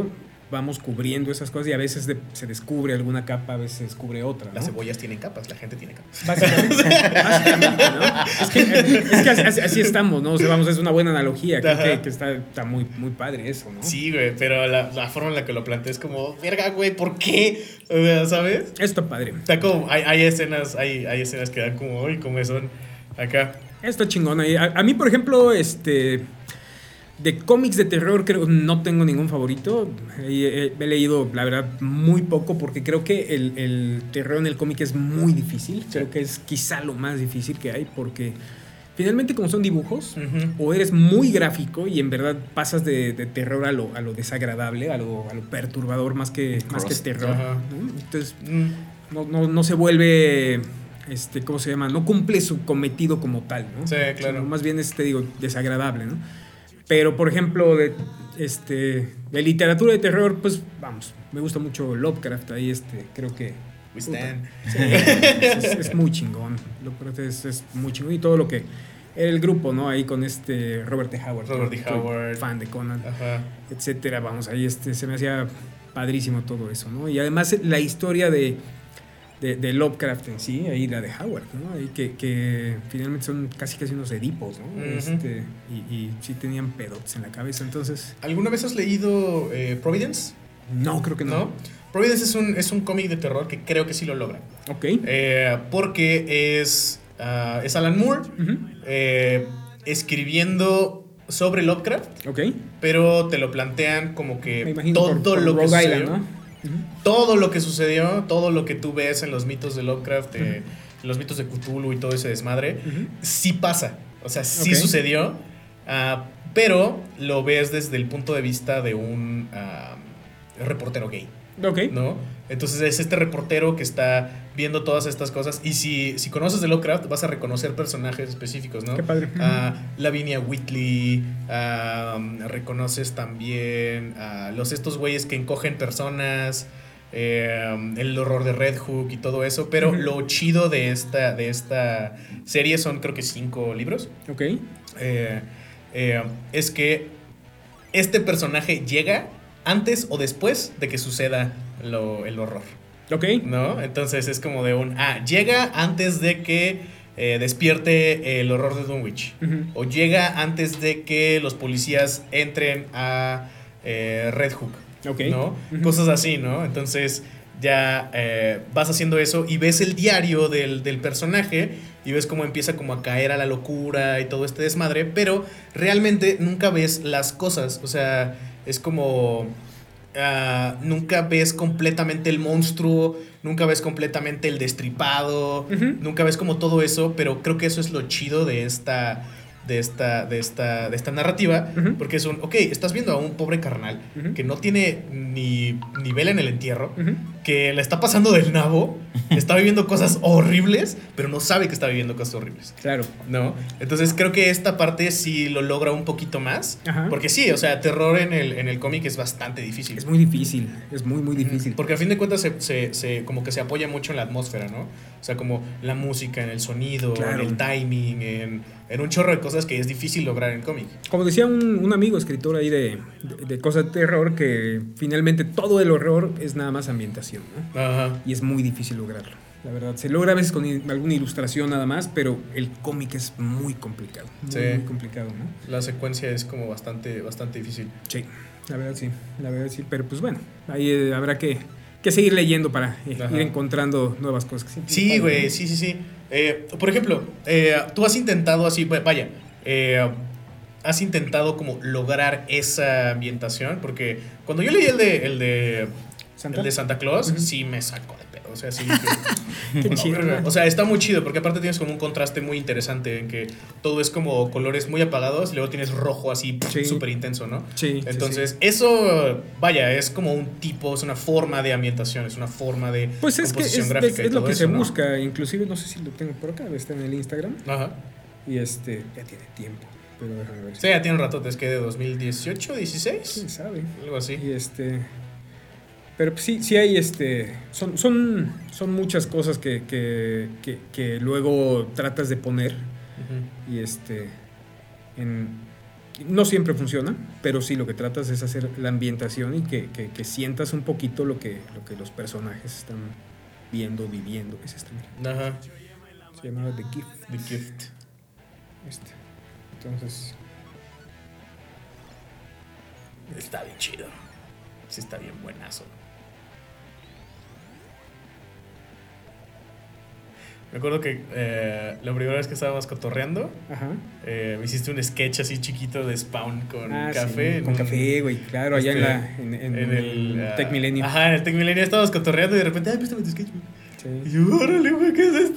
Speaker 3: vamos cubriendo esas cosas y a veces de, se descubre alguna capa, a veces se descubre otra, ¿no?
Speaker 2: Las cebollas tienen capas, la gente tiene capas.
Speaker 3: Básicamente, básicamente, ¿no? Es que, es que así, así, así estamos, ¿no? O sea, vamos, es una buena analogía. Creo que, que está, está muy, muy padre eso, ¿no?
Speaker 2: Sí, güey, pero la, la forma en la que lo planteé es como, verga, güey, ¿por qué? O sea, ¿sabes?
Speaker 3: Esto está padre.
Speaker 2: Está como, hay, hay escenas, hay, hay escenas que dan como, uy, como son acá.
Speaker 3: Está chingón. A, a mí, por ejemplo, este... de cómics de terror creo no tengo ningún favorito. He, he, he leído, la verdad, muy poco porque creo que el, el terror en el cómic es muy difícil. Creo que es quizá lo más difícil que hay porque finalmente como son dibujos, uh-huh. o eres muy gráfico y en verdad pasas de, de terror a lo, a lo desagradable, a lo, a lo perturbador más que, más que terror. Uh-huh. ¿no? Entonces mm. no, no, no se vuelve... Este, ¿cómo se llama? No cumple su cometido como tal, ¿no?
Speaker 2: Sí, claro.
Speaker 3: Sino más bien es, te digo, desagradable, ¿no? Pero, por ejemplo, de, este, de literatura de terror, pues, vamos, me gusta mucho Lovecraft, ahí, este, creo que...
Speaker 2: We stand.
Speaker 3: Sí, es, es, es muy chingón, Lovecraft es, es muy chingón, y todo lo que... El grupo, ¿no? Ahí con este Robert T. Howard.
Speaker 2: Robert T. Howard.
Speaker 3: Fan de Conan,
Speaker 2: Ajá.
Speaker 3: etcétera, vamos, ahí este, se me hacía padrísimo todo eso, ¿no? Y además la historia de... De, de Lovecraft en sí, ahí la de Howard, ¿no? Ahí que, que finalmente son casi casi unos edipos, ¿no? Uh-huh. Este, y, y sí tenían pedotes en la cabeza, entonces...
Speaker 2: ¿Alguna vez has leído eh, Providence?
Speaker 3: No, creo que no. ¿No?
Speaker 2: Providence es un, es un cómic de terror que creo que sí lo logra.
Speaker 3: Ok.
Speaker 2: Eh, porque es, uh, es Alan Moore uh-huh. eh, escribiendo sobre Lovecraft,
Speaker 3: ok,
Speaker 2: pero te lo plantean como que
Speaker 3: todo
Speaker 2: por, por
Speaker 3: lo
Speaker 2: que
Speaker 3: sucedió,
Speaker 2: Island, ¿no? Uh-huh. Todo lo que sucedió, todo lo que tú ves en los mitos de Lovecraft, uh-huh. eh, en los mitos de Cthulhu y todo ese desmadre, uh-huh. sí pasa. O sea, sí okay. sucedió, uh, pero lo ves desde el punto de vista de un uh, reportero gay.
Speaker 3: Ok.
Speaker 2: ¿No? Entonces es este reportero que está viendo todas estas cosas. Y si, si conoces de Lovecraft, vas a reconocer personajes específicos, ¿no?
Speaker 3: Qué padre.
Speaker 2: Uh, Lavinia Whitley. Uh, reconoces también a uh, los estos güeyes que encogen personas. Eh, el horror de Red Hook y todo eso. Pero uh-huh. lo chido de esta, de esta serie son, creo que cinco libros.
Speaker 3: Ok.
Speaker 2: Eh, eh, es que este personaje llega antes o después de que suceda lo, el horror.
Speaker 3: Ok.
Speaker 2: ¿No? Entonces es como de un... Ah, llega antes de que eh, despierte el horror de Dunwich. Uh-huh. O llega antes de que los policías entren a eh, Red Hook.
Speaker 3: Ok.
Speaker 2: ¿No?
Speaker 3: Uh-huh.
Speaker 2: Cosas así, ¿no? Entonces ya eh, vas haciendo eso y ves el diario del, del personaje y ves cómo empieza como a caer a la locura y todo este desmadre, pero realmente nunca ves las cosas. O sea... Es como... Uh, nunca ves completamente el monstruo, nunca ves completamente el destripado, uh-huh. nunca ves como todo eso, pero creo que eso es lo chido de esta... De esta, de esta, de esta narrativa, uh-huh. porque es un, ok, estás viendo a un pobre carnal uh-huh. que no tiene ni, ni vela en el entierro, uh-huh. que le está pasando del nabo, está viviendo cosas horribles, pero no sabe que está viviendo cosas horribles.
Speaker 3: Claro.
Speaker 2: ¿No? Entonces creo que esta parte sí lo logra un poquito más,
Speaker 3: uh-huh.
Speaker 2: porque sí, o sea, terror en el, en el cómic es bastante difícil.
Speaker 3: Es muy difícil, es muy, muy difícil.
Speaker 2: Porque a fin de cuentas se, se, se, como que se apoya mucho en la atmósfera, ¿no? O sea, como la música, en el sonido, claro. en el timing, en, en un chorro de cosas que es difícil lograr en cómic.
Speaker 3: Como decía un, un amigo escritor ahí de, de, de cosas de terror, que finalmente todo el horror es nada más ambientación, ¿no?
Speaker 2: Ajá.
Speaker 3: Y es muy difícil lograrlo. La verdad, se logra a veces con alguna ilustración nada más, pero el cómic es muy complicado. Muy,
Speaker 2: sí.
Speaker 3: muy complicado, ¿no?
Speaker 2: La secuencia es como bastante, bastante difícil.
Speaker 3: Sí, la verdad sí, la verdad sí. Pero pues bueno, ahí eh, habrá que, que seguir leyendo para eh, ir encontrando nuevas cosas.
Speaker 2: Sí, güey, sí, sí, sí. Eh, por ejemplo, eh, tú has intentado así, vaya, eh, has intentado como lograr esa ambientación, porque cuando yo leí el de, el de, ¿Santa? El de Santa Claus, uh-huh. sí me sacó de pedo. O sea, sí. Que,
Speaker 3: Qué
Speaker 2: no,
Speaker 3: chido.
Speaker 2: O sea, está muy chido, porque aparte tienes como un contraste muy interesante en que todo es como colores muy apagados y luego tienes rojo así súper sí. intenso, ¿no?
Speaker 3: Sí.
Speaker 2: Entonces,
Speaker 3: sí, sí.
Speaker 2: eso, vaya, es como un tipo, es una forma de ambientación, es una forma de
Speaker 3: pues es
Speaker 2: composición
Speaker 3: que es,
Speaker 2: gráfica.
Speaker 3: Es, es lo que
Speaker 2: eso,
Speaker 3: se
Speaker 2: ¿no?
Speaker 3: busca, inclusive, no sé si lo tengo por acá, está en el Instagram.
Speaker 2: Ajá.
Speaker 3: Y este, ya tiene tiempo. Pero déjame ver.
Speaker 2: Sí, ya tiene un rato, es que de dos mil dieciocho, dieciséis.
Speaker 3: ¿Quién sabe?
Speaker 2: Algo así.
Speaker 3: Y este... Pero sí, sí hay este. Son, son, son muchas cosas que, que, que, que luego tratas de poner. Uh-huh. Y este. En, No siempre funciona, pero sí lo que tratas es hacer la ambientación y que, que, que sientas un poquito lo que, lo que los personajes están viendo, viviendo. Es este, mira.
Speaker 2: Ajá.
Speaker 3: Se llamaba The Gift.
Speaker 2: The Gift.
Speaker 3: Este. Entonces,
Speaker 2: Está bien chido. Sí, está bien buenazo. Me acuerdo que eh, la primera vez que estábamos cotorreando,
Speaker 3: ajá.
Speaker 2: eh, me hiciste un sketch así chiquito de Spawn con
Speaker 3: Ah,
Speaker 2: café.
Speaker 3: sí, con
Speaker 2: un-
Speaker 3: café, güey, claro, allá
Speaker 2: este,
Speaker 3: en, la, en, en,
Speaker 2: en el
Speaker 3: el
Speaker 2: ah,
Speaker 3: Tech Milenio.
Speaker 2: Ajá, en el Tech Milenio estábamos cotorreando y de repente, ay, préstame tu sketch, güey. Y
Speaker 3: Sí,
Speaker 2: yo, órale, güey, ¿qué es esto?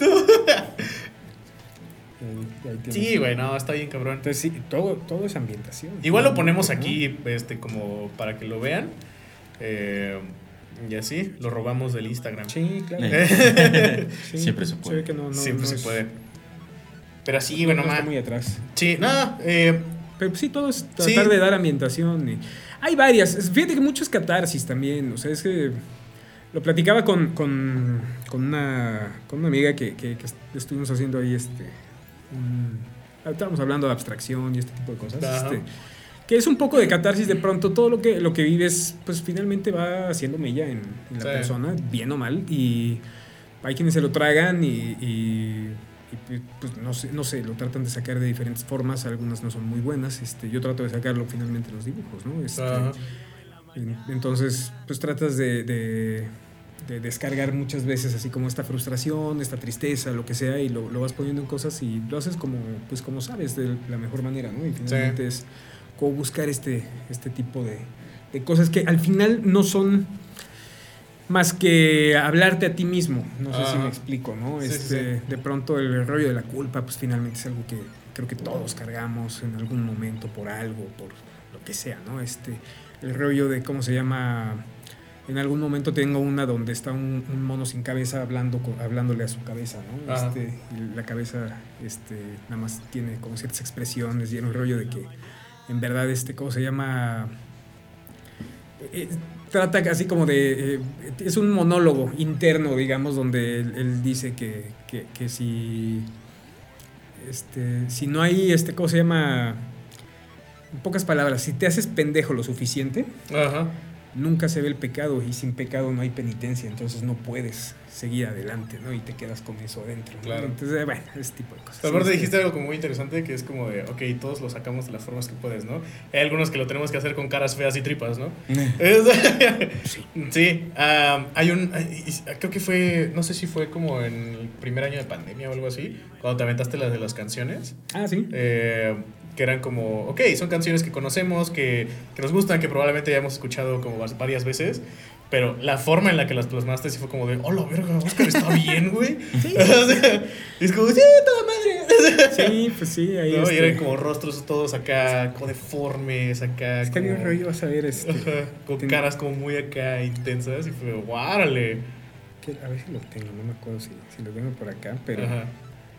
Speaker 3: ahí- ahí tienes.
Speaker 2: Sí, güey, no, está bien cabrón.
Speaker 3: Entonces, sí, todo, todo es ambientación.
Speaker 2: Igual lo ponemos
Speaker 3: ¿no?
Speaker 2: aquí, este, como para que lo vean. Eh, y así, lo robamos del Instagram.
Speaker 3: Sí, claro.
Speaker 4: Eh.
Speaker 3: Sí,
Speaker 4: Siempre se puede.
Speaker 3: ve que no, no,
Speaker 2: Siempre
Speaker 3: no
Speaker 2: se
Speaker 3: es-
Speaker 2: puede. Pero sí,
Speaker 3: no
Speaker 2: bueno,
Speaker 3: está
Speaker 2: man.
Speaker 3: muy atrás.
Speaker 2: Sí, nada, eh,
Speaker 3: Pero pues, sí, todo es
Speaker 2: Sí.
Speaker 3: tratar de dar ambientación. y- Hay varias. Es- Fíjate que mucho es catarsis también. O sea, es que lo platicaba con, con, con, una, con una amiga que, que, que est- estuvimos haciendo ahí este. un- estábamos hablando de abstracción y este tipo de cosas.
Speaker 2: Ajá.
Speaker 3: Este, que es un poco de catarsis de pronto. Todo lo que, lo que vives, pues finalmente va haciendo mella en, en la
Speaker 2: Sí.
Speaker 3: persona, bien o mal. Y hay quienes se lo tragan y, y, y, pues no sé, no sé, lo tratan de sacar de diferentes formas, algunas no son muy buenas. Este, yo trato de sacarlo finalmente en los dibujos, ¿no? Este,
Speaker 2: Ajá.
Speaker 3: en- entonces, pues tratas de, de, de descargar muchas veces así como esta frustración, esta tristeza, lo que sea, y lo, lo vas poniendo en cosas y lo haces como, pues como sabes, de la mejor manera, ¿no? Y finalmente es como buscar este, este tipo de, de cosas que al final no son más que hablarte a ti mismo. No sé si
Speaker 2: Ajá.
Speaker 3: me explico, ¿no?
Speaker 2: Sí, sí,
Speaker 3: Este,
Speaker 2: sí.
Speaker 3: De pronto el rollo de la culpa, pues finalmente es algo que creo que todos cargamos en algún momento por algo, por lo que sea, ¿no? Este, el rollo de, ¿cómo se llama? En algún momento tengo una donde está un, un mono sin cabeza hablando con- hablándole a su cabeza, ¿no?
Speaker 2: Ajá.
Speaker 3: Este, y la cabeza este, nada más tiene como ciertas expresiones y el rollo de que en verdad, este, ¿cómo se llama? Eh, trata así como de... eh, es un monólogo interno, digamos, donde él, él dice que, que, que si... Este, si no hay, este, ¿cómo se llama? En pocas palabras, si te haces pendejo lo suficiente,
Speaker 2: Ajá.
Speaker 3: nunca se ve el pecado y sin pecado no hay penitencia, entonces no puedes seguir adelante, ¿no? Y te quedas con eso adentro, ¿no?
Speaker 2: Claro.
Speaker 3: Entonces, bueno, ese tipo de cosas.
Speaker 2: Pero aparte
Speaker 3: Sí,
Speaker 2: dijiste algo como muy interesante que es como de, ok, todos lo sacamos de las formas que puedes, ¿no? Hay algunos que lo tenemos que hacer con caras feas y tripas, ¿no? Es- sí, um, hay un, hay- creo que fue, no sé si fue como en el primer año de pandemia o algo así, cuando te aventaste las de las canciones.
Speaker 3: Ah, sí.
Speaker 2: Eh, que eran como, ok, son canciones que conocemos, que, que nos gustan, que probablemente ya hemos escuchado como vas- varias veces, pero la forma en la que las plasmaste sí fue como de, oh, la verga, Oscar está bien, güey.
Speaker 3: Sí.
Speaker 2: O sea, y es como, sí, toda madre.
Speaker 3: Sí, pues sí, ahí
Speaker 2: ¿No?
Speaker 3: este,
Speaker 2: Y eran como rostros todos acá, como deformes, acá.
Speaker 3: es que había un
Speaker 2: como-
Speaker 3: rollo, vas a ver, este...
Speaker 2: Ajá, con
Speaker 3: ten-
Speaker 2: caras como muy acá intensas y fue, guárale.
Speaker 3: que- a ver si lo tengo, no me acuerdo si, si lo tengo por acá, pero...
Speaker 2: Ajá.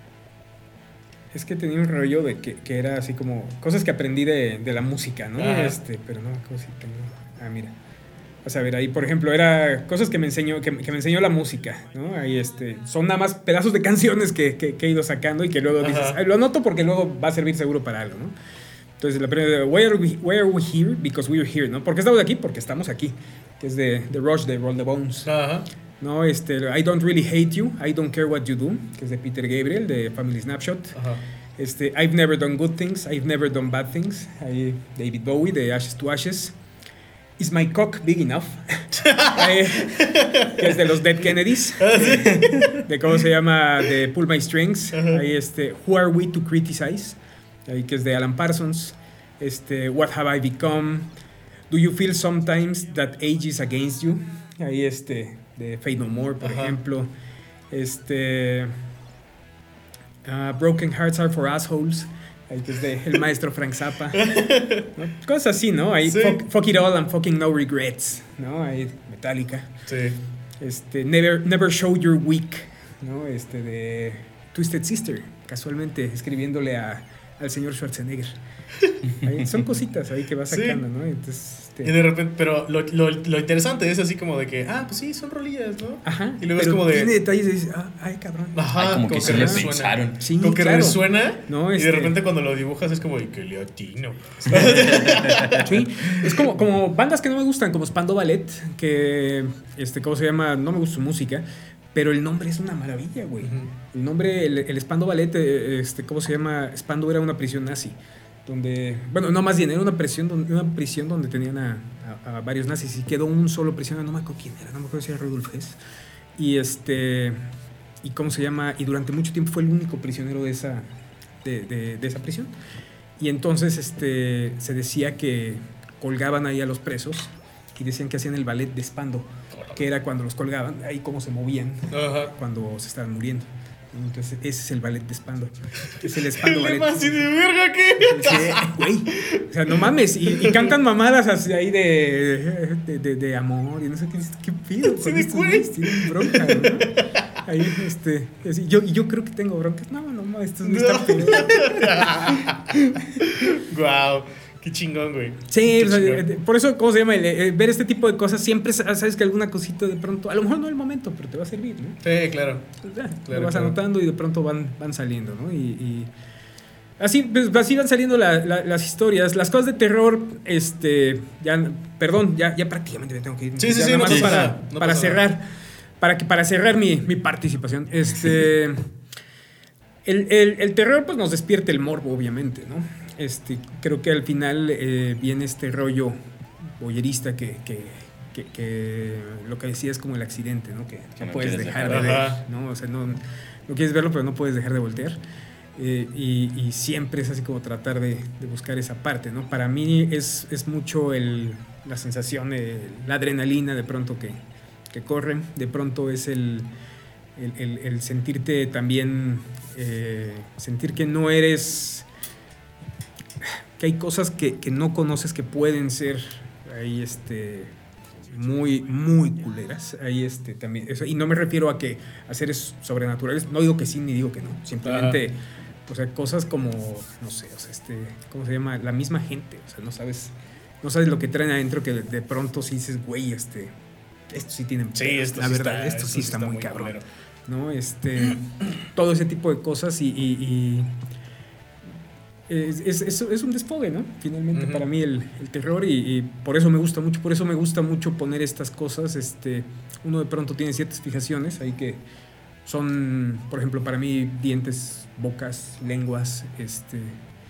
Speaker 3: Es que tenía un rollo de que, que era así como cosas que aprendí de, de la música, ¿no?
Speaker 2: Ajá.
Speaker 3: Este, pero no me acuerdo si tengo. Ah, mira. Vas a ver, ahí, por ejemplo, era cosas que me enseñó, que, que me enseñó la música, ¿no? Ahí este, son nada más pedazos de canciones que, que, que he ido sacando y que luego
Speaker 2: Ajá.
Speaker 3: dices, "Ay, lo anoto porque luego va a servir seguro para algo, ¿no? Entonces la primera, why are we, why are we here? Because we are here, ¿no? ¿Por qué estamos aquí? Porque estamos aquí. Que es de The Rush, de Roll the Bones.
Speaker 2: Ajá.
Speaker 3: No, este, I don't really hate you, I don't care what you do, que es de Peter Gabriel, de Family Snapshot.
Speaker 2: Ajá.
Speaker 3: Este, I've never done good things, I've never done bad things. Ahí, David Bowie, de Ashes to Ashes. Is my cock big enough? Ahí, que es de los Dead Kennedys. De cómo se llama, de Pull My Strings. Ahí, este, Who Are We to Criticize? Ahí, que es de Alan Parsons. Este, What Have I Become? Do You Feel Sometimes That Age Is Against You? Ahí, este, de Fate No More, por
Speaker 2: Ajá.
Speaker 3: ejemplo. Este... Uh, Broken Hearts Are for Assholes, ahí que es de el maestro Frank Zappa, ¿no? Cosas así, ¿no? Ahí
Speaker 2: Sí.
Speaker 3: fuck, fuck It All and Fucking No Regrets, ¿no? Ahí Metallica,
Speaker 2: Sí.
Speaker 3: este, Never, Never Show Your Weak, ¿no? Este de Twisted Sister, casualmente escribiéndole a, al señor Schwarzenegger. Ahí, son cositas ahí que va sacando, sí. ¿no? Entonces, este...
Speaker 2: Y de repente, pero lo, lo, lo interesante es así como de que, ah, pues sí, son rolillas, ¿no?
Speaker 3: Ajá.
Speaker 2: Y luego
Speaker 3: pero
Speaker 2: es como de.
Speaker 3: Tiene detalles y dices, ah, ay, cabrón.
Speaker 2: Ajá,
Speaker 4: ay, como, como que, que se le pensaron.
Speaker 3: Sí,
Speaker 2: como que
Speaker 3: claro.
Speaker 2: resuena.
Speaker 3: No,
Speaker 2: este... Y de repente cuando lo dibujas es como, y que le atino.
Speaker 3: Sí, es como, como bandas que no me gustan, como Spandau Ballet, que, este, ¿cómo se llama? No me gusta su música. Pero el nombre es una maravilla, güey. Uh-huh. El nombre, el, el Spandau Ballet, este, ¿cómo se llama? Spandau era una prisión nazi. Donde, bueno, no, más bien, era una prisión donde, una prisión donde tenían a, a, a varios nazis y quedó un solo prisionero, no me acuerdo quién era, no me acuerdo si era Rudolf Hess. Y este, y cómo se llama, y durante mucho tiempo fue el único prisionero de esa, de, de, de esa prisión. Y entonces este, se decía que colgaban ahí a los presos y decían que hacían el ballet de Spandau, que era cuando los colgaban, ahí cómo se movían. Ajá. Cuando se estaban muriendo. Entonces, ese es el ballet de Spandau. Es el Spandau Ballet.
Speaker 2: Así de verga, ¿qué?
Speaker 3: Sí, güey. O sea, no mames. Y, y cantan mamadas así ahí de, de, de, de amor y no sé qué. ¿Qué pido?
Speaker 2: Sí, güey.
Speaker 3: Tienen bronca, ¿no? Ahí, este. Así, yo, y yo creo que tengo broncas. No, no, no, esto no está peor.
Speaker 2: Guau. Qué chingón, güey.
Speaker 3: Sí, o sea, por eso, ¿cómo se llama? Eh, ver este tipo de cosas, siempre sabes que alguna cosita de pronto, a lo mejor no el momento, pero te va a servir, ¿no?
Speaker 2: Sí, claro.
Speaker 3: Pues ya,
Speaker 2: claro
Speaker 3: lo vas
Speaker 2: claro.
Speaker 3: anotando y de pronto van, van saliendo, ¿no? Y, y así, pues, así van saliendo la, la, las historias. Las cosas de terror, este, ya, perdón, ya, ya prácticamente me tengo que ir.
Speaker 2: Sí, sí,
Speaker 3: ya
Speaker 2: sí,
Speaker 3: nada
Speaker 2: no
Speaker 3: más
Speaker 2: pasa
Speaker 3: para,
Speaker 2: nada, no
Speaker 3: para
Speaker 2: pasa
Speaker 3: cerrar,
Speaker 2: nada.
Speaker 3: para, que, para cerrar mi, mi participación, este, el, el, el terror, pues, nos despierta el morbo, obviamente, ¿no? Este, creo que al final eh, viene este rollo boyerista que, que, que, que lo que decía es como el accidente, ¿no? Que, que no, no puedes dejar, dejar de ver, ¿no? O sea, no, no quieres verlo, pero no puedes dejar de voltear. Eh, y, y siempre es así como tratar de, de buscar esa parte, ¿no? Para mí es, es mucho el, la sensación, eh, la adrenalina de pronto que, que corre, de pronto es el, el, el, el sentirte también, eh, sentir que no eres... que hay cosas que, que no conoces que pueden ser ahí este muy muy culeras ahí este también eso, y no me refiero a que a seres sobrenaturales, no digo que sí ni digo que no, simplemente uh-huh. O sea, cosas como no sé, o sea, este ¿cómo se llama? La misma gente, o sea, no sabes no sabes lo que traen adentro, que de, de pronto sí dices, güey, este esto sí tiene
Speaker 2: sí, esto
Speaker 3: la
Speaker 2: sí
Speaker 3: verdad,
Speaker 2: está,
Speaker 3: esto,
Speaker 2: esto
Speaker 3: sí
Speaker 2: sí
Speaker 3: está,
Speaker 2: está
Speaker 3: muy,
Speaker 2: muy
Speaker 3: cabrón,
Speaker 2: culero.
Speaker 3: ¿no? Este todo ese tipo de cosas y, y, y Es, es, es un desfogue, ¿no? Finalmente, uh-huh. Para mí el, el terror y, y por eso me gusta mucho, por eso me gusta mucho poner estas cosas. Este, uno de pronto tiene ciertas fijaciones ahí que son, por ejemplo, para mí dientes, bocas, lenguas, este,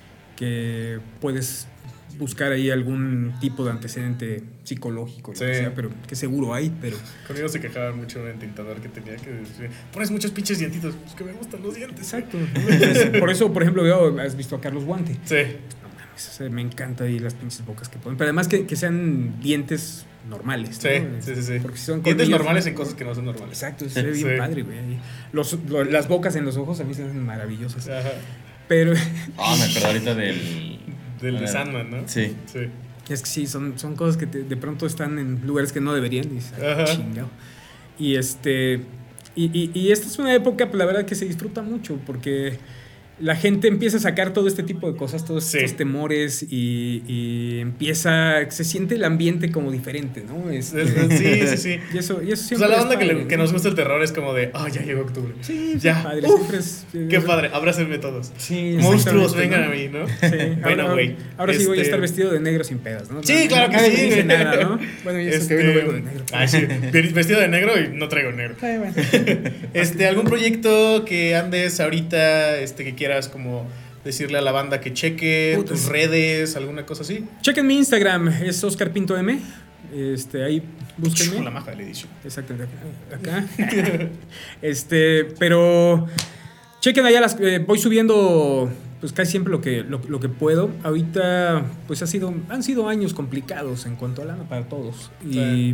Speaker 3: que puedes buscar ahí algún tipo de antecedente psicológico, sí. Lo que sea, pero que seguro hay, pero...
Speaker 2: Conmigo se quejaban mucho en el tintador que tenía que decir, pones muchos pinches dientitos, pues que me gustan los dientes.
Speaker 3: Exacto. Por eso, por ejemplo, veo, has visto a Carlos Guante.
Speaker 2: Sí.
Speaker 3: No mames, o sea, me encanta ahí las pinches bocas que ponen, pero además que, que sean dientes normales,
Speaker 2: sí,
Speaker 3: ¿no?
Speaker 2: Sí, sí, sí.
Speaker 3: Porque si son
Speaker 2: dientes
Speaker 3: colmillos,
Speaker 2: normales en cosas que no son normales.
Speaker 3: Exacto, se ve bien
Speaker 2: sí.
Speaker 3: Padre, güey. Los, lo, las bocas en los ojos a mí se hacen maravillosas.
Speaker 2: Ajá.
Speaker 3: Pero...
Speaker 4: Ah, oh, me acuerdo ahorita del...
Speaker 2: Del de Sandman, ¿no?
Speaker 4: Sí.
Speaker 2: Sí.
Speaker 3: Es que sí, son, son cosas que te, de pronto están en lugares que no deberían. Y dices, ay, chingado. Y este... Y, y, y esta es una época, pues, la verdad, que se disfruta mucho porque la gente empieza a sacar todo este tipo de cosas, todos sí. estos temores y, y empieza, se siente el ambiente como diferente, ¿no? Este,
Speaker 2: sí, sí, sí.
Speaker 3: Y eso, y eso siempre
Speaker 2: o sea, la banda
Speaker 3: padre,
Speaker 2: que, le,
Speaker 3: ¿no?
Speaker 2: que nos gusta el terror es como de, oh, ya llegó octubre.
Speaker 3: Sí,
Speaker 2: ya.
Speaker 3: Padre,
Speaker 2: Uf,
Speaker 3: siempre es,
Speaker 2: qué padre, abrácenme todos.
Speaker 3: Sí,
Speaker 2: monstruos, vengan, ¿no? A mí, ¿no?
Speaker 3: Sí.
Speaker 2: Bueno, güey.
Speaker 3: Ahora, ahora
Speaker 2: este...
Speaker 3: sí voy a estar vestido de negro sin pedas, ¿no?
Speaker 2: Sí,
Speaker 3: no,
Speaker 2: claro que
Speaker 3: nadie
Speaker 2: sí.
Speaker 3: Me dice nada, ¿no? Bueno, yo este... que hoy no vengo de negro.
Speaker 2: Ah, sí, vestido de negro y no traigo negro.
Speaker 3: Ay, bueno.
Speaker 2: Este, ¿algún proyecto que andes ahorita, este, que quieras como decirle a la banda que cheque, Puta, tus redes, alguna cosa así?
Speaker 3: Chequen mi Instagram, es Oscar Pinto M. Este, ahí búsquenme.
Speaker 2: La maja de la edición.
Speaker 3: Exactamente, acá. acá. este, pero chequen allá las, eh, voy subiendo pues casi siempre lo que, lo, lo que puedo. Ahorita pues ha sido, han sido años complicados en cuanto a lana para todos. Y, sí.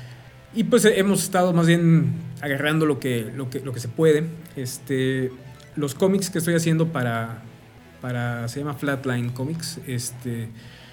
Speaker 3: y pues hemos estado más bien agarrando lo que, lo que, lo que se puede. Este, los cómics que estoy haciendo para, para se llama Flatline Comics, este,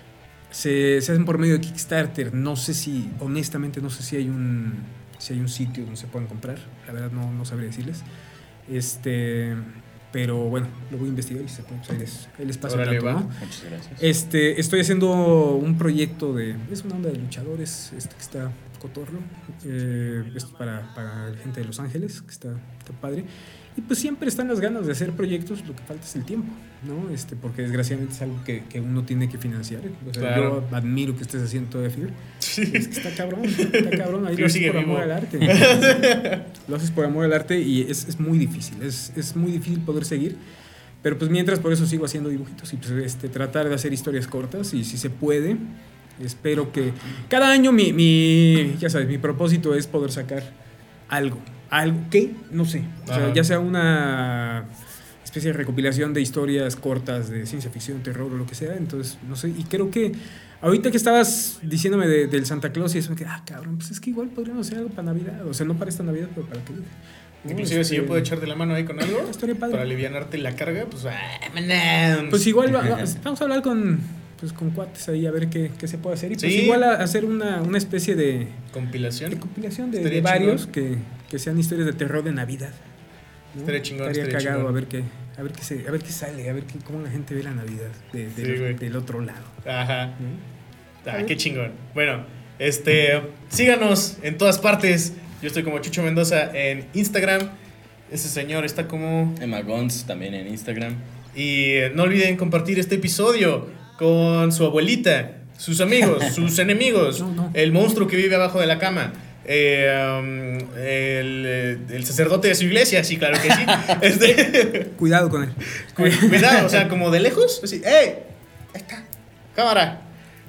Speaker 3: se, se hacen por medio de Kickstarter. No sé si, honestamente no sé si hay un, si hay un sitio donde se pueden comprar. La verdad no, no sabría decirles. Este... Pero bueno, lo voy a investigar y se puede, pues ahí les, ahí les paso el
Speaker 2: Órale,
Speaker 3: dato,
Speaker 2: va.
Speaker 3: ¿no?
Speaker 4: Muchas gracias.
Speaker 3: Este, estoy haciendo un proyecto de. Es una onda de luchadores este, que está cotorro. Eh, es para, para la gente de Los Ángeles, que está, está padre. Y pues siempre están las ganas de hacer proyectos, lo que falta es el tiempo, ¿no? Este, porque desgraciadamente es algo que, que uno tiene que financiar. O sea,
Speaker 2: Claro.
Speaker 3: yo admiro que estés haciendo todavía Fear.
Speaker 2: Sí.
Speaker 3: Es que está cabrón, está cabrón. Ahí
Speaker 2: Fear
Speaker 3: lo haces
Speaker 2: sigue
Speaker 3: por
Speaker 2: vivo.
Speaker 3: amor al arte. Lo haces por amor al arte y es, es muy difícil. Es, es muy difícil poder seguir. Pero pues mientras, por eso sigo haciendo dibujitos y pues este, tratar de hacer historias cortas y si se puede, espero que cada año mi, mi ya sabes, mi propósito es poder sacar algo, algo, ¿qué? No sé, o sea,
Speaker 2: Ajá.
Speaker 3: ya sea una especie de recopilación de historias cortas de ciencia ficción, terror o lo que sea, entonces, no sé, y creo que ahorita que estabas diciéndome de, del Santa Claus y eso, me quedé, ah, cabrón, pues es que igual podríamos hacer algo para Navidad, o sea, no para esta Navidad, pero para que... ¿no?
Speaker 2: Inclusive si
Speaker 3: Este,
Speaker 2: yo puedo echar de la mano ahí con algo
Speaker 3: estaría padre.
Speaker 2: para alivianarte la carga, pues ah,
Speaker 3: Pues igual va- va- vamos a hablar con, pues, con cuates ahí a ver qué, qué se puede hacer. Y pues
Speaker 2: Sí.
Speaker 3: igual a hacer una, una especie de,
Speaker 2: compilación.
Speaker 3: de compilación de,
Speaker 2: Estaría
Speaker 3: de varios
Speaker 2: chingón.
Speaker 3: que, que sean historias de terror de Navidad. ¿no?
Speaker 2: Estaría chingón,
Speaker 3: Estaría
Speaker 2: estaría
Speaker 3: cagado
Speaker 2: chingón.
Speaker 3: a ver qué, a ver qué se, a ver qué sale, a ver qué, cómo la gente ve la Navidad de- de-
Speaker 2: Sí, güey.
Speaker 3: del otro lado.
Speaker 2: Ajá.
Speaker 3: ¿no?
Speaker 2: Ah, qué chingón. Bueno, este, síganos en todas partes. Yo estoy como Chucho Mendoza en Instagram. Ese señor está como...
Speaker 4: Emma Gons también en Instagram.
Speaker 2: Y eh, no olviden compartir este episodio con su abuelita, sus amigos, sus enemigos,
Speaker 3: No, no.
Speaker 2: el monstruo que vive abajo de la cama, eh, um, el, eh, el sacerdote de su iglesia, sí, claro que sí. Este,
Speaker 3: Cuidado con él.
Speaker 2: cu- cuidado, o sea, como de lejos, así, ¡ey! Ahí está, cámara.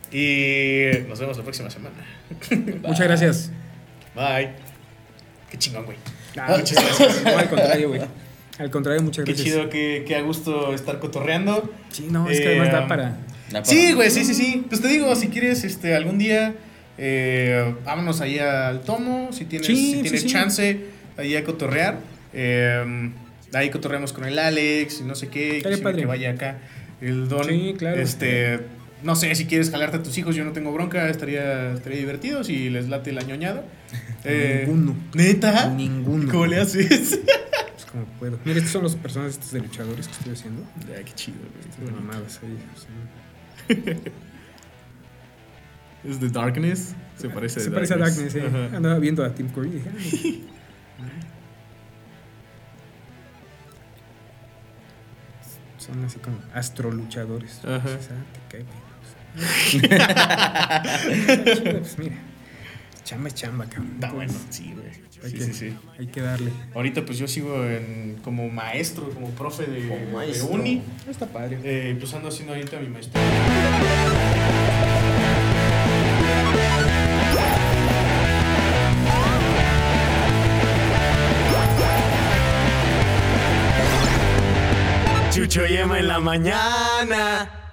Speaker 2: Y nos vemos la próxima semana.
Speaker 3: Muchas gracias.
Speaker 2: Bye. Qué chingón, güey.
Speaker 3: Ah, muchas gracias. No, al contrario, güey. Al contrario, muchas
Speaker 2: Qué
Speaker 3: gracias.
Speaker 2: chido, qué, qué a gusto estar cotorreando.
Speaker 3: Sí, no, es que además
Speaker 2: Eh,
Speaker 3: da para...
Speaker 4: Da para-
Speaker 2: Sí, güey, sí, sí, sí. Pues te digo, si quieres este, algún día, eh, vámonos ahí al tomo, si tienes,
Speaker 3: Sí,
Speaker 2: si
Speaker 3: sí,
Speaker 2: tienes
Speaker 3: sí.
Speaker 2: chance, ahí a cotorrear. Eh, ahí cotorreamos con el Alex y no sé qué,
Speaker 3: Estaría
Speaker 2: que,
Speaker 3: padre.
Speaker 2: que vaya acá el Don.
Speaker 3: Sí, claro.
Speaker 2: Este, no sé, si quieres jalarte a tus hijos, yo no tengo bronca, estaría, estaría divertido si les late la ñoñada. Eh,
Speaker 3: Ninguno.
Speaker 2: ¿Neta?
Speaker 3: Ninguno.
Speaker 2: ¿Cómo le haces?
Speaker 3: Pues como puedo. Mira, estos son los personajes estos de luchadores que estoy haciendo.
Speaker 2: Ya, qué chido, güey.
Speaker 3: Estas mamadas ahí. o sea.
Speaker 2: Es The Darkness. Se parece a
Speaker 3: Se
Speaker 2: The
Speaker 3: parece a Darkness, eh.
Speaker 2: Ajá.
Speaker 3: Andaba viendo a Tim Curry y dije, ah, mira. Son así como astroluchadores.
Speaker 2: Ajá.
Speaker 3: Dices, ah, te cae, güey. Pues mira, chamba es chamba, cabrón.
Speaker 2: Está bueno,
Speaker 3: Entonces,
Speaker 2: sí, güey.
Speaker 3: Hay,
Speaker 2: Sí,
Speaker 3: que,
Speaker 2: sí, sí.
Speaker 3: hay que darle.
Speaker 2: Ahorita pues yo sigo en, como maestro, como profe de,
Speaker 4: Como
Speaker 2: de
Speaker 4: maestro.
Speaker 2: uni.
Speaker 3: Está padre.
Speaker 2: Eh, pues ando haciendo ahorita mi maestría.
Speaker 1: Chucho y Emma en la mañana.